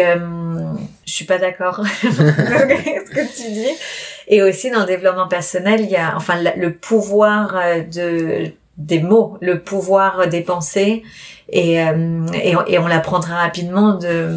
A: je suis pas d'accord avec ce que tu dis. Et aussi, dans le développement personnel, il y a, enfin, le pouvoir des mots, le pouvoir des pensées, et on l'apprend très rapidement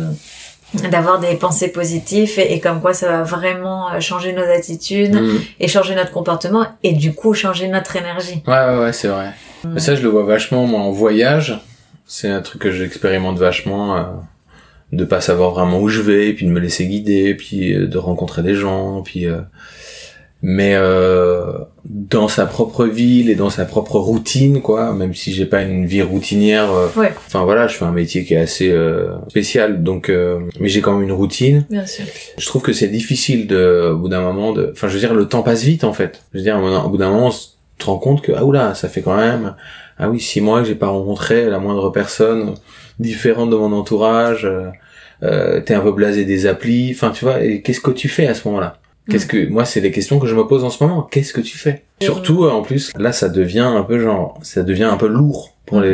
A: d'avoir des pensées positives, et comme quoi ça va vraiment changer nos attitudes et changer notre comportement, et du coup changer notre énergie.
B: Ouais, c'est vrai. Mais ça, je le vois vachement, moi, en voyage. C'est un truc que j'expérimente vachement, de pas savoir vraiment où je vais, puis de me laisser guider, puis de rencontrer des gens, puis mais dans sa propre ville et dans sa propre routine, quoi, même si j'ai pas une vie routinière, enfin voilà, je fais un métier qui est assez spécial, donc mais j'ai quand même une routine.
A: Bien sûr.
B: Je trouve que c'est difficile au bout d'un moment enfin, je veux dire, le temps passe vite, en fait. Je veux dire, au bout d'un moment, on se rend compte que oula, ça fait quand même 6 mois que j'ai pas rencontré la moindre personne différente de mon entourage. T'es un peu blasé des applis, enfin, tu vois, et qu'est-ce que tu fais à ce moment-là? Moi, c'est les questions que je me pose en ce moment. Qu'est-ce que tu fais? Surtout, en plus, là, ça devient un peu lourd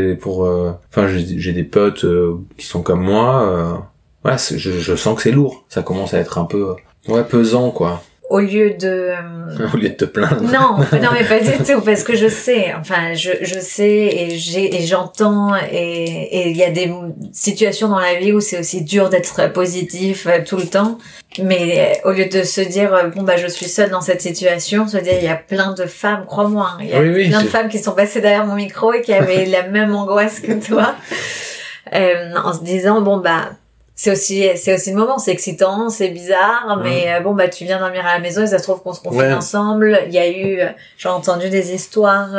B: enfin, j'ai des potes qui sont comme moi. Voilà, je sens que c'est lourd. Ça commence à être un peu, pesant, quoi.
A: Au lieu de
B: te plaindre.
A: Non, mais pas du tout, parce que je sais, enfin, je sais, et j'entends, et il y a des situations dans la vie où c'est aussi dur d'être positif tout le temps. Mais au lieu de se dire bon, bah, je suis seule dans cette situation, se dire il y a plein de femmes, crois-moi, il y a plein de femmes qui sont passées derrière mon micro et qui avaient la même angoisse que toi, en se disant bon, bah, c'est aussi le moment, c'est excitant, c'est bizarre, mais bon, bah, tu viens dormir à la maison et ça se trouve qu'on se confine ensemble. Il y a eu, j'ai entendu des histoires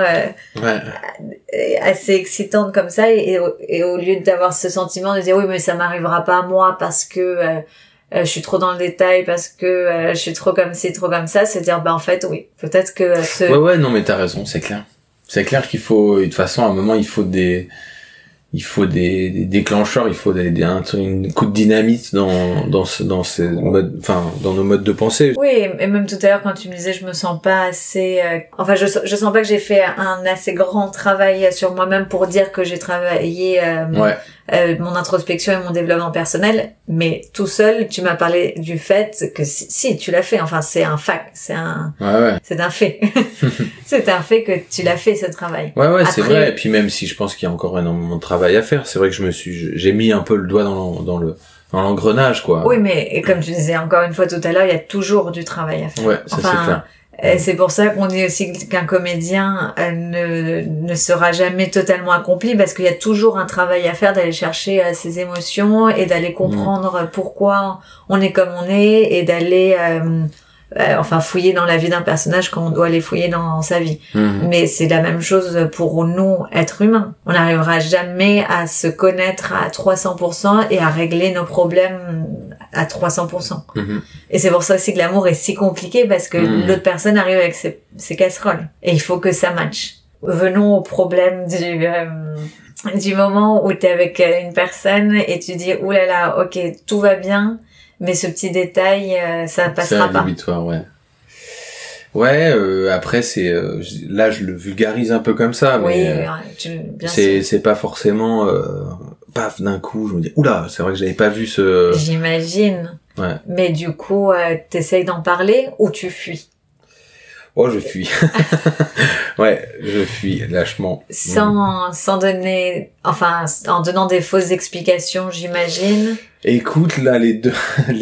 A: assez excitantes comme ça, et au lieu d'avoir ce sentiment de dire oui, mais ça m'arrivera pas à moi parce que je suis trop dans le détail, parce que je suis trop comme ci, trop comme ça, c'est dire bah, en fait oui, peut-être que
B: non, mais t'as raison, c'est clair qu'il faut, de toute façon, à un moment, il faut des déclencheurs, il faut un coup de dynamite dans ces modes, enfin, dans nos modes de pensée.
A: Oui, et même tout à l'heure quand tu me disais je me sens pas assez, enfin, je sens pas que j'ai fait un assez grand travail sur moi-même pour dire que j'ai travaillé mon introspection et mon développement personnel, mais tout seul, tu m'as parlé du fait que si tu l'as fait, enfin, c'est un fact, c'est un fait. C'est un fait que tu l'as fait, ce travail.
B: Après, c'est vrai, et puis même si je pense qu'il y a encore énormément de travail à faire, c'est vrai que j'ai mis un peu le doigt dans l'engrenage, quoi.
A: Oui, mais et comme tu disais encore une fois tout à l'heure, il y a toujours du travail à faire.
B: Ouais, ça, c'est clair.
A: C'est pour ça qu'on dit aussi qu'un comédien ne sera jamais totalement accompli, parce qu'il y a toujours un travail à faire, d'aller chercher ses émotions et d'aller comprendre pourquoi on est comme on est, et d'aller fouiller dans la vie d'un personnage quand on doit les fouiller dans sa vie. Mais c'est la même chose pour nous, êtres humains. On n'arrivera jamais à se connaître à 300% et à régler nos problèmes à 300%. Et c'est pour ça aussi que l'amour est si compliqué, parce que l'autre personne arrive avec ses casseroles. Et il faut que ça matche. Venons au problème du moment où t'es avec une personne et tu dis « Ouh là là, ok, tout va bien », mais ce petit détail, ça passera pas. C'est
B: rédhibitoire, ouais. Ouais, après c'est là je le vulgarise un peu comme ça, mais
A: bien sûr.
B: C'est pas forcément paf d'un coup je me dis oula, c'est vrai que j'avais pas vu ce.
A: J'imagine.
B: Ouais.
A: Mais du coup, t'essayes d'en parler ou tu fuis?
B: Oh, je fuis. Ouais, je fuis lâchement.
A: Sans donner, en donnant des fausses explications, j'imagine.
B: Écoute, là, les deux,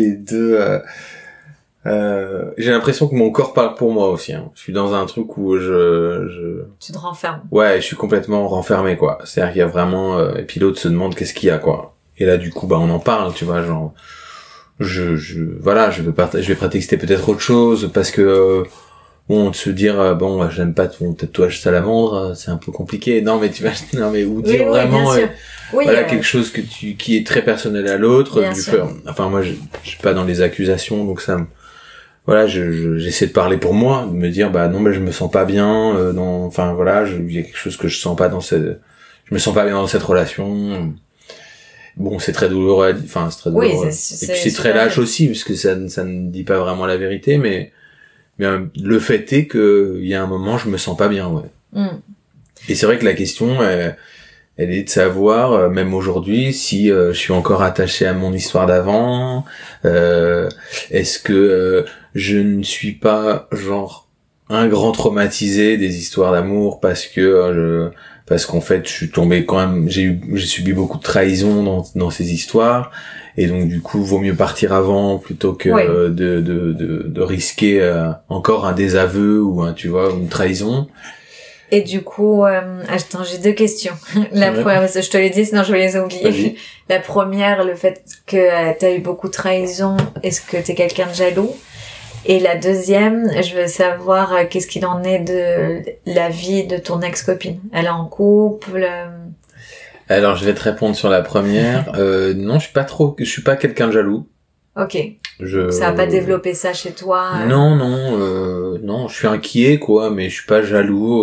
B: j'ai l'impression que mon corps parle pour moi aussi, hein. Je suis dans un truc où
A: Tu te renfermes.
B: Ouais, je suis complètement renfermé, quoi. C'est-à-dire qu'il y a vraiment, et puis l'autre se demande qu'est-ce qu'il y a, quoi. Et là, du coup, on en parle, tu vois, genre, voilà, je vais prétexter peut-être autre chose, parce que, bon, de se dire j'aime pas ton tatouage salamandre, c'est un peu compliqué. Non mais ou dire vraiment quelque chose qui est très personnel à l'autre, moi je suis pas dans les accusations, donc ça j'essaie de parler pour moi, de me dire non mais je me sens pas bien il y a quelque chose que je me sens pas bien dans cette relation. Bon, c'est très douloureux, c'est très douloureux. Et puis c'est très lâche aussi, puisque ça ne dit pas vraiment la vérité, mais le fait est que il y a un moment je me sens pas bien, ouais. Et c'est vrai que la question elle est de savoir même aujourd'hui si je suis encore attaché à mon histoire d'avant, est-ce que je ne suis pas genre un grand traumatisé des histoires d'amour parce qu'en fait je suis tombé quand même, j'ai subi beaucoup de trahison dans ces histoires. Et donc du coup, vaut mieux partir avant plutôt que de risquer encore un désaveu ou une trahison.
A: Et du coup, attends, j'ai deux questions. La première, parce que je te l'ai dit, sinon je vais les oublier.
B: Vas-y.
A: La première, le fait que t'as eu beaucoup de trahison, est-ce que t'es quelqu'un de jaloux? Et la deuxième, je veux savoir qu'est-ce qu'il en est de la vie de ton ex-copine. Elle est en couple?
B: Alors, je vais te répondre sur la première. Non, je suis pas quelqu'un de jaloux.
A: Ok. Ça a pas développé ça chez toi?
B: Non, je suis inquiet, quoi, mais je suis pas jaloux.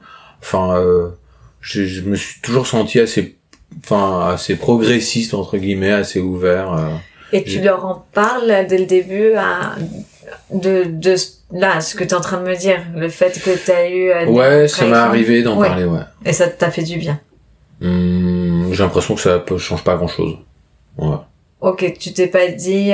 B: Je me suis toujours senti assez progressiste, entre guillemets, assez ouvert.
A: Et tu leur en parles dès le début de là, ce que t'es en train de me dire, le fait que t'as eu...
B: Ouais, ça m'est arrivé d'en parler, ouais.
A: Et ça t'a fait du bien?
B: J'ai l'impression que ça change pas grand-chose. Ouais.
A: Ok, tu t'es pas dit...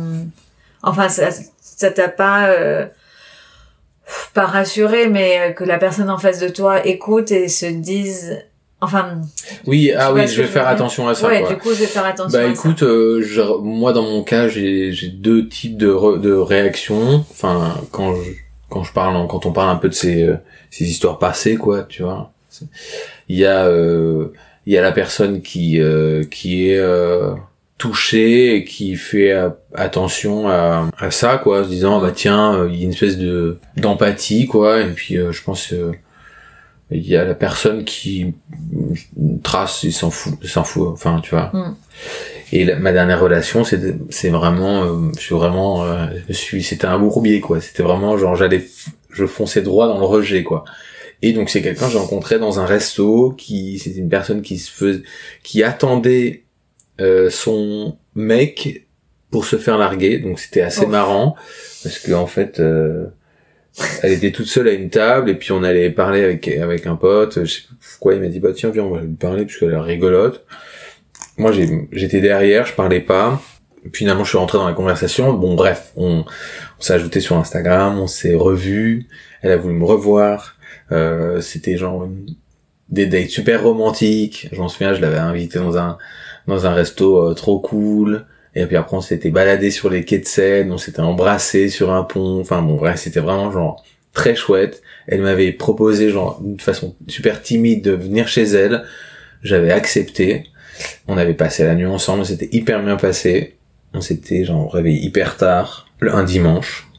A: ça t'a pas rassuré, mais que la personne en face de toi écoute et se dise...
B: Oui, je vais faire attention à ça.
A: Ouais, du coup, je vais faire attention à ça.
B: Écoute, moi, dans mon cas, j'ai deux types de réactions. Quand on parle un peu de ces histoires passées, quoi, tu vois. Il y a la personne qui est touchée et qui fait attention à ça, quoi, se disant tiens, il y a une espèce d'empathie, quoi. Et puis je pense il y a la personne qui trace, il s'en fout, tu vois. Et ma dernière relation, c'est vraiment, c'était un bourbier, quoi. C'était vraiment genre je fonçais droit dans le rejet, quoi. Et donc c'est quelqu'un que j'ai rencontré dans un resto, c'était une personne qui attendait son mec pour se faire larguer. Donc c'était assez marrant parce que en fait elle était toute seule à une table et puis on allait parler avec un pote, je sais pas pourquoi, il m'a dit tiens viens, on va lui parler parce qu'elle est rigolote. Moi j'étais derrière, je parlais pas. Finalement je suis rentré dans la conversation. Bon bref, on s'est ajouté sur Instagram, on s'est revus, elle a voulu me revoir. C'était genre des dates super romantiques. Je m'en souviens, je l'avais invité dans un resto trop cool. Et puis après on s'était baladé sur les quais de Seine, on s'était embrassé sur un pont. C'était vraiment genre très chouette. Elle m'avait proposé genre d'une façon super timide de venir chez elle. J'avais accepté. On avait passé la nuit ensemble, c'était hyper bien passé. On s'était genre réveillé hyper tard un dimanche.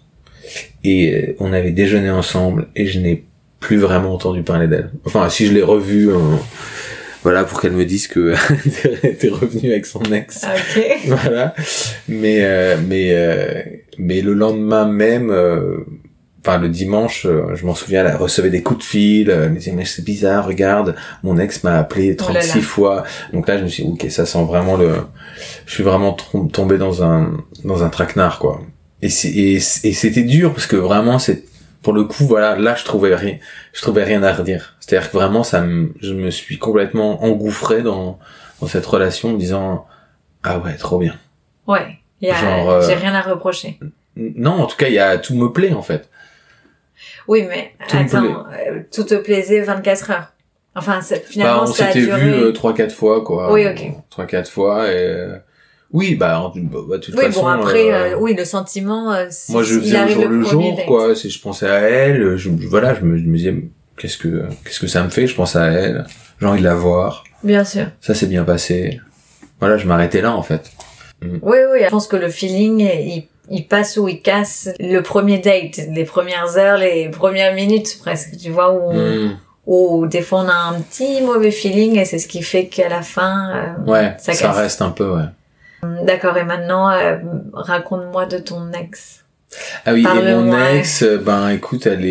B: Et on avait déjeuné ensemble et je n'ai plus vraiment entendu parler d'elle. Enfin, si je l'ai revue, voilà, pour qu'elle me dise que elle était revenue avec son ex.
A: Ok.
B: Voilà. Mais le lendemain même, enfin le dimanche, je m'en souviens, elle recevait des coups de fil, elle me disait mais c'est bizarre, regarde, mon ex m'a appelé 36 fois. Donc là je me suis dit ok, ça sent vraiment je suis vraiment tombé dans un traquenard quoi. Et c'était dur parce que vraiment pour le coup voilà, là je trouvais rien à redire. C'est-à-dire que vraiment je me suis complètement engouffré dans cette relation en me disant ah ouais, trop bien.
A: Ouais, j'ai rien à reprocher.
B: Non, en tout cas, tout me plaît en fait.
A: Oui, mais tout te plaisait 24 heures. Enfin, finalement, ça a duré...
B: On s'était vu 3-4 fois, quoi.
A: Oui, ok.
B: 3-4 fois, et... Oui, de toute façon...
A: Bon, après, oui, le sentiment...
B: moi, je faisais au jour le jour, quoi. Je pensais à elle, je me disais, qu'est-ce que ça me fait? Je pense à elle, j'ai envie de la voir.
A: Bien sûr.
B: Ça s'est bien passé. Voilà, je m'arrêtais là, en fait.
A: Oui, je pense que le feeling, il passe ou il casse le premier date, les premières heures, les premières minutes presque, tu vois, où des fois on a un petit mauvais feeling et c'est ce qui fait qu'à la fin, ça casse.
B: Ça reste un peu, ouais.
A: D'accord, et maintenant, raconte-moi de ton ex.
B: Ah oui, et mon ex, écoute, elle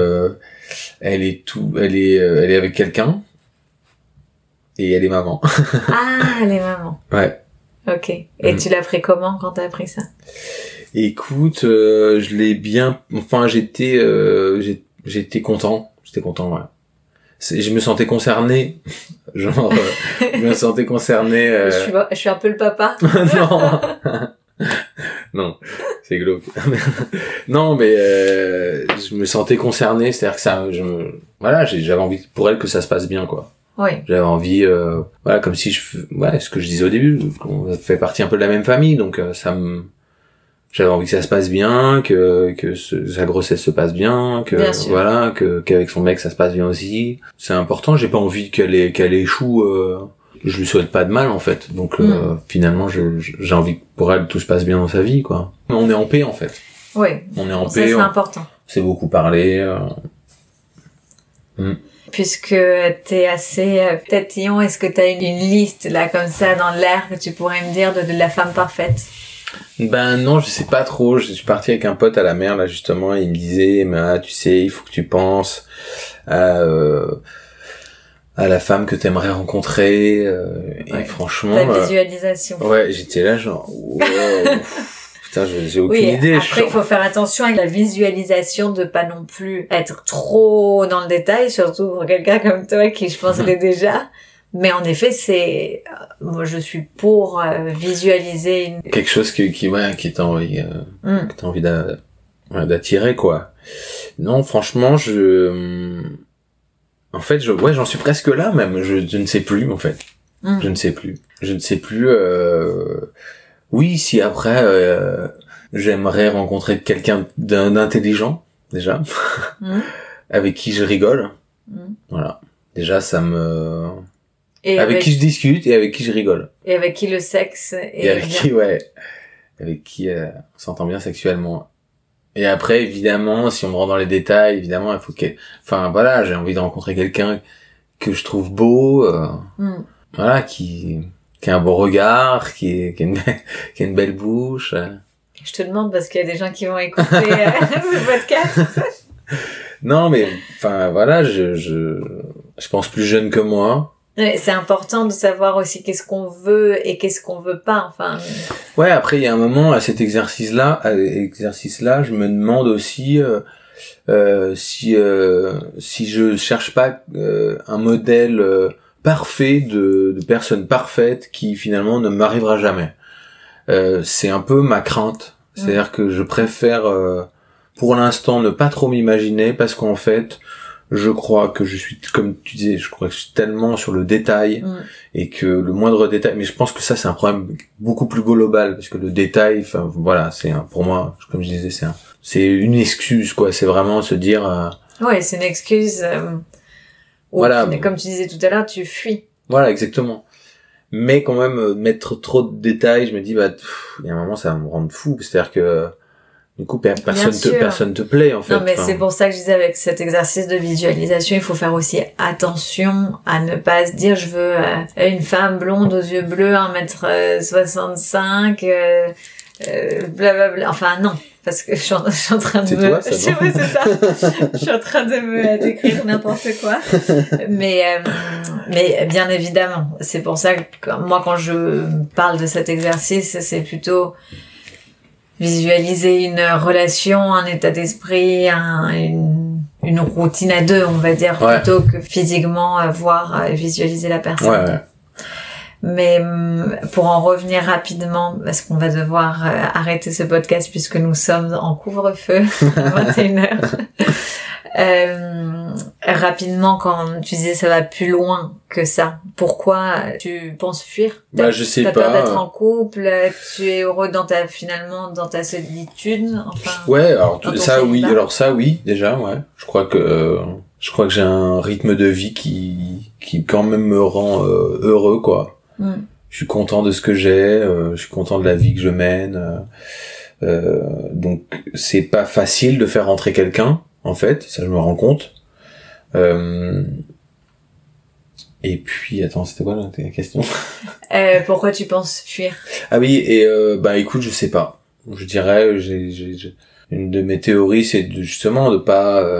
B: est avec quelqu'un et elle est maman.
A: Ah, elle est maman.
B: Ouais.
A: Ok. Et tu l'as pris comment quand t'as appris ça?
B: Écoute, je l'ai bien... Enfin, j'étais content. J'étais content, ouais. Je me sentais concerné. Genre, je me sentais concerné...
A: Je suis un peu le papa.
B: Non. Non, c'est glauque. Non, mais je me sentais concerné. C'est-à-dire que j'avais envie pour elle que ça se passe bien, quoi.
A: Oui.
B: J'avais envie, voilà, comme si ce que je disais au début, on fait partie un peu de la même famille, donc j'avais envie que ça se passe bien, que sa grossesse se passe bien, voilà, qu'avec son mec ça se passe bien aussi. C'est important. J'ai pas envie qu'elle échoue. Je lui souhaite pas de mal en fait. Donc finalement, j'ai envie que pour elle tout se passe bien dans sa vie, quoi. On est en paix en fait.
A: Oui.
B: On est en
A: paix.
B: C'est
A: important.
B: C'est beaucoup parlé.
A: Puisque t'es assez tatillon, est-ce que t'as une liste là comme ça dans l'air que tu pourrais me dire de la femme parfaite?
B: Ben non, je sais pas trop. Je suis parti avec un pote à la mer là justement, et il me disait tu sais, il faut que tu penses à la femme que t'aimerais rencontrer et franchement
A: ta visualisation.
B: Ouais, j'étais là genre wow. Putain, j'ai aucune idée.
A: Après, il faut faire attention avec la visualisation de pas non plus être trop dans le détail, surtout pour quelqu'un comme toi qui, je pense, l'est déjà. Mais en effet, moi, je suis pour visualiser
B: quelque chose qui t'a envie, que t'as envie d'attirer, quoi. Non, franchement, en fait, j'en suis presque là, même. Je ne sais plus, en fait. Je ne sais plus. Oui, si après j'aimerais rencontrer quelqu'un d'intelligent déjà, avec qui je rigole. Voilà. Déjà avec qui je discute et avec qui je rigole.
A: Et avec qui le sexe est
B: avec qui on s'entend bien sexuellement. Et après, évidemment, si on me rend dans les détails, évidemment, il faut j'ai envie de rencontrer quelqu'un que je trouve beau, voilà, qui a un beau regard, qui a une belle bouche.
A: Je te demande parce qu'il y a des gens qui vont écouter ce podcast.
B: Non, mais voilà, je pense plus jeune que moi.
A: C'est important de savoir aussi qu'est-ce qu'on veut et qu'est-ce qu'on veut pas.
B: Ouais, après il y a un moment à cet exercice-là, je me demande aussi si je cherche pas un modèle parfait de personne parfaite qui finalement ne m'arrivera jamais. C'est un peu ma crainte. C'est-à-dire que je préfère pour l'instant ne pas trop m'imaginer parce qu'en fait je crois que je suis, comme tu disais, je crois que je suis tellement sur le détail et que le moindre détail, mais je pense que ça c'est un problème beaucoup plus global parce que le détail, voilà, pour moi, comme je disais, c'est une excuse, quoi. C'est vraiment se dire
A: ouais, c'est une excuse
B: voilà,
A: comme tu disais tout à l'heure, tu fuis.
B: Voilà, exactement. Mais quand même mettre trop de détails, je me dis il y a un moment ça va me rendre fou, c'est-à-dire que Du coup, personne te plaît, en fait.
A: Non, mais c'est pour ça que je disais, avec cet exercice de visualisation, il faut faire aussi attention à ne pas se dire, je veux une femme blonde aux yeux bleus, 1m65, blablabla. Enfin, non. Parce que je suis en train de
B: Toi, ça, non?
A: Ouais, c'est ça. Je suis en train de me décrire n'importe quoi. Mais bien évidemment, c'est pour ça que moi, quand je parle de cet exercice, c'est plutôt visualiser une relation, un état d'esprit, une routine à deux, on va dire, plutôt que physiquement voir visualiser la personne.
B: Ouais.
A: Mais pour en revenir rapidement, parce qu'on va devoir arrêter ce podcast puisque nous sommes en couvre-feu à 21h. Rapidement, quand tu disais ça va plus loin que ça, pourquoi tu penses fuir?
B: Je sais pas.
A: T'as peur d'être en couple, tu es heureux dans ta solitude, enfin.
B: Ouais, alors ça oui, déjà, ouais. Je crois que j'ai un rythme de vie qui quand même me rend heureux, quoi. Je suis content de ce que j'ai, je suis content de la vie que je mène. Donc c'est pas facile de faire rentrer quelqu'un, en fait, ça je me rends compte. Et puis attends, c'était quoi la question?
A: Pourquoi tu penses fuir?
B: Ah oui, et écoute, je sais pas. Je dirais, j'ai une de mes théories, c'est justement de pas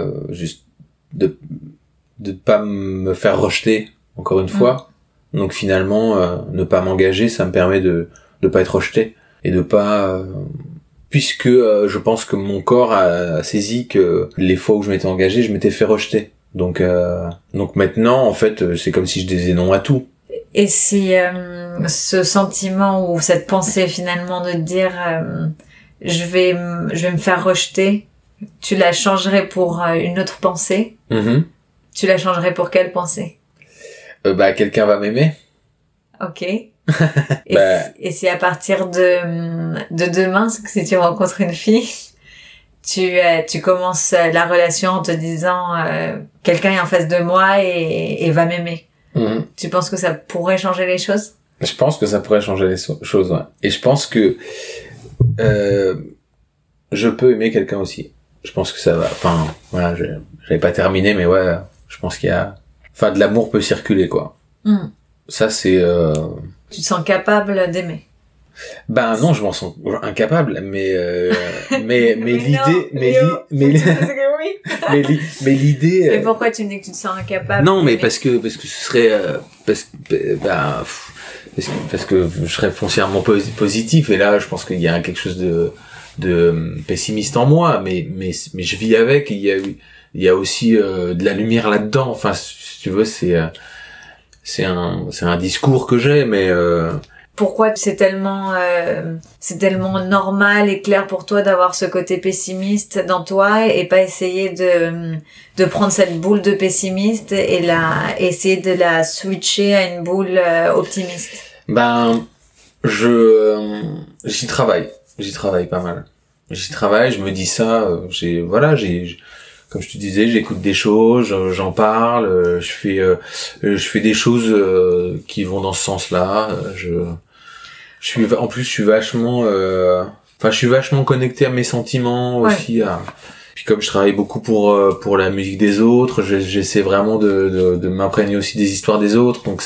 B: de pas me faire rejeter encore une fois. Donc finalement, ne pas m'engager, ça me permet de pas être rejeté et de pas puisque je pense que mon corps a saisi que les fois où je m'étais engagé, je m'étais fait rejeter. Donc maintenant, en fait, c'est comme si je disais non à tout.
A: Et si ce sentiment ou cette pensée finalement de dire je vais me faire rejeter, tu la changerais pour une autre pensée? Tu la changerais pour quelle pensée?
B: Quelqu'un va m'aimer.
A: Ok. Et si à partir de demain, si tu rencontres une fille, tu commences la relation en te disant quelqu'un est en face de moi et va m'aimer. Tu penses que ça pourrait changer les choses?
B: Je pense que ça pourrait changer les choses, ouais. Et je pense que je peux aimer quelqu'un aussi. Je pense que ça va. Enfin, voilà, j'avais pas terminé, mais ouais, je pense qu'il y a. Enfin, de l'amour peut circuler, quoi. Ça, c'est...
A: Tu te sens capable d'aimer?
B: Non, je m'en sens incapable, mais l'idée... Mais l'idée...
A: Mais pourquoi tu me dis que tu te sens incapable?
B: Non, mais parce que ce serait... parce que je serais foncièrement positif, et là, je pense qu'il y a quelque chose de pessimiste en moi, mais je vis avec, il y a aussi de la lumière là-dedans. Enfin, si tu veux, c'est un discours que j'ai, mais
A: pourquoi c'est tellement normal et clair pour toi d'avoir ce côté pessimiste dans toi et pas essayer de prendre cette boule de pessimiste et essayer de la switcher à une boule optimiste?
B: J'y travaille pas mal. J'y travaille, je me dis ça, comme je te disais, j'écoute des choses, j'en parle, je fais des choses qui vont dans ce sens-là. Je suis vachement connecté à mes sentiments aussi. Puis comme je travaille beaucoup pour la musique des autres, j'essaie vraiment de m'imprégner aussi des histoires des autres. Donc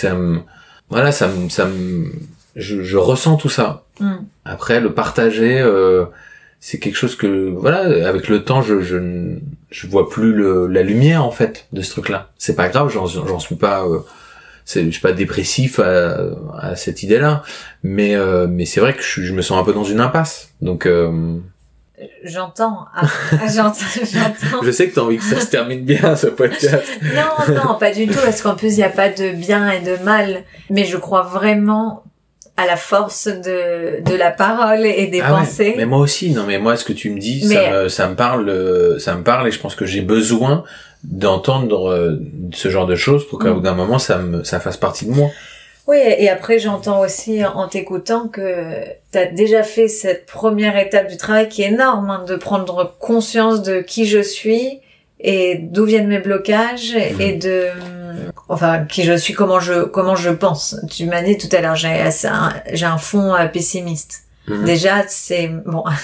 B: je ressens tout ça. Après, le partager, c'est quelque chose que avec le temps je vois plus la lumière en fait de ce truc-là. C'est pas grave, j'en suis pas je suis pas dépressif à cette idée-là, mais c'est vrai que je me sens un peu dans une impasse. Donc
A: J'entends.
B: Je sais que t'as envie que ça se termine bien, ce podcast.
A: Non, pas du tout, parce qu'en plus, il n'y a pas de bien et de mal. Mais je crois vraiment à la force de la parole et des pensées.
B: Ouais. Mais moi aussi, non, mais moi, ce que tu me dis, ça me parle, et je pense que j'ai besoin d'entendre ce genre de choses pour qu'au bout d'un moment, ça fasse partie de moi.
A: Oui, et après j'entends aussi en t'écoutant que t'as déjà fait cette première étape du travail qui est énorme, hein, de prendre conscience de qui je suis et d'où viennent mes blocages et qui je suis, comment je pense. Tu m'as dit tout à l'heure, j'ai un fond pessimiste. Déjà, c'est bon.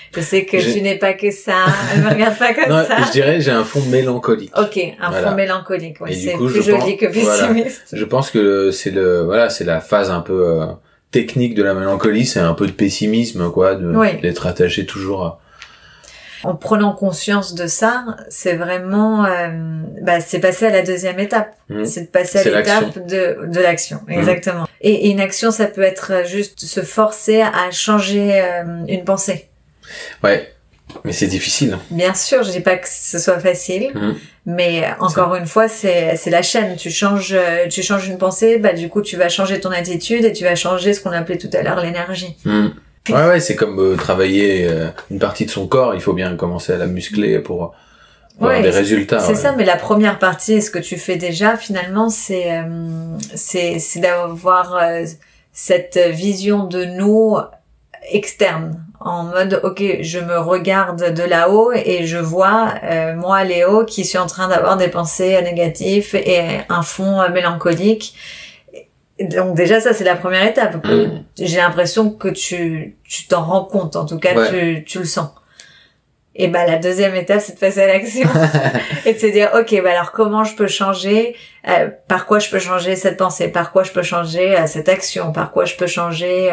A: Je sais que tu n'es pas que ça. Ne me regarde pas comme ça.
B: Je dirais j'ai un fond mélancolique.
A: Ok, fond mélancolique. Oui, c'est
B: coup,
A: plus joli que pessimiste.
B: Je pense que c'est la phase un peu technique de la mélancolie, c'est un peu de pessimisme, quoi, d'être attaché toujours à...
A: En prenant conscience de ça, c'est vraiment, c'est passer à la deuxième étape. C'est de passer à l'étape de l'action. Exactement. Et une action, ça peut être juste se forcer à changer une pensée.
B: Ouais. Mais c'est difficile.
A: Bien sûr, je dis pas que ce soit facile, mais encore une fois, c'est la chaîne. Tu changes une pensée, du coup, tu vas changer ton attitude et tu vas changer ce qu'on appelait tout à l'heure l'énergie.
B: Ouais, c'est comme travailler une partie de son corps. Il faut bien commencer à la muscler pour avoir des résultats.
A: C'est ça, mais la première partie, ce que tu fais déjà, finalement, c'est d'avoir cette vision de nous externe, en mode, ok, je me regarde de là-haut et je vois moi, Léo, qui suis en train d'avoir des pensées négatives et un fond mélancolique. Donc déjà ça c'est la première étape. J'ai l'impression que tu t'en rends compte, en tout cas tu le sens. Et la deuxième étape c'est de passer à l'action et de se dire ok alors comment je peux changer, par quoi je peux changer cette pensée, par quoi je peux changer cette action, par quoi je peux changer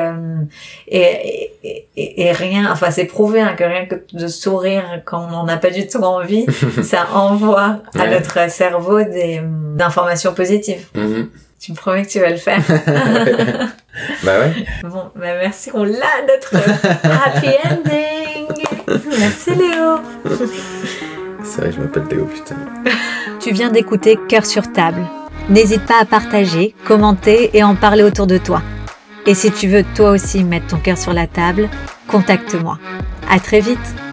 A: et rien, enfin c'est prouvé que rien que de sourire quand on n'en a pas du tout envie, ça envoie à notre cerveau d'informations positives. Tu me promets que tu vas le faire. Bon, merci, on l'a notre happy ending. Merci Léo.
B: C'est vrai, je m'appelle Léo, putain.
A: Tu viens d'écouter Cœur sur table. N'hésite pas à partager, commenter et en parler autour de toi. Et si tu veux toi aussi mettre ton cœur sur la table, contacte-moi. À très vite.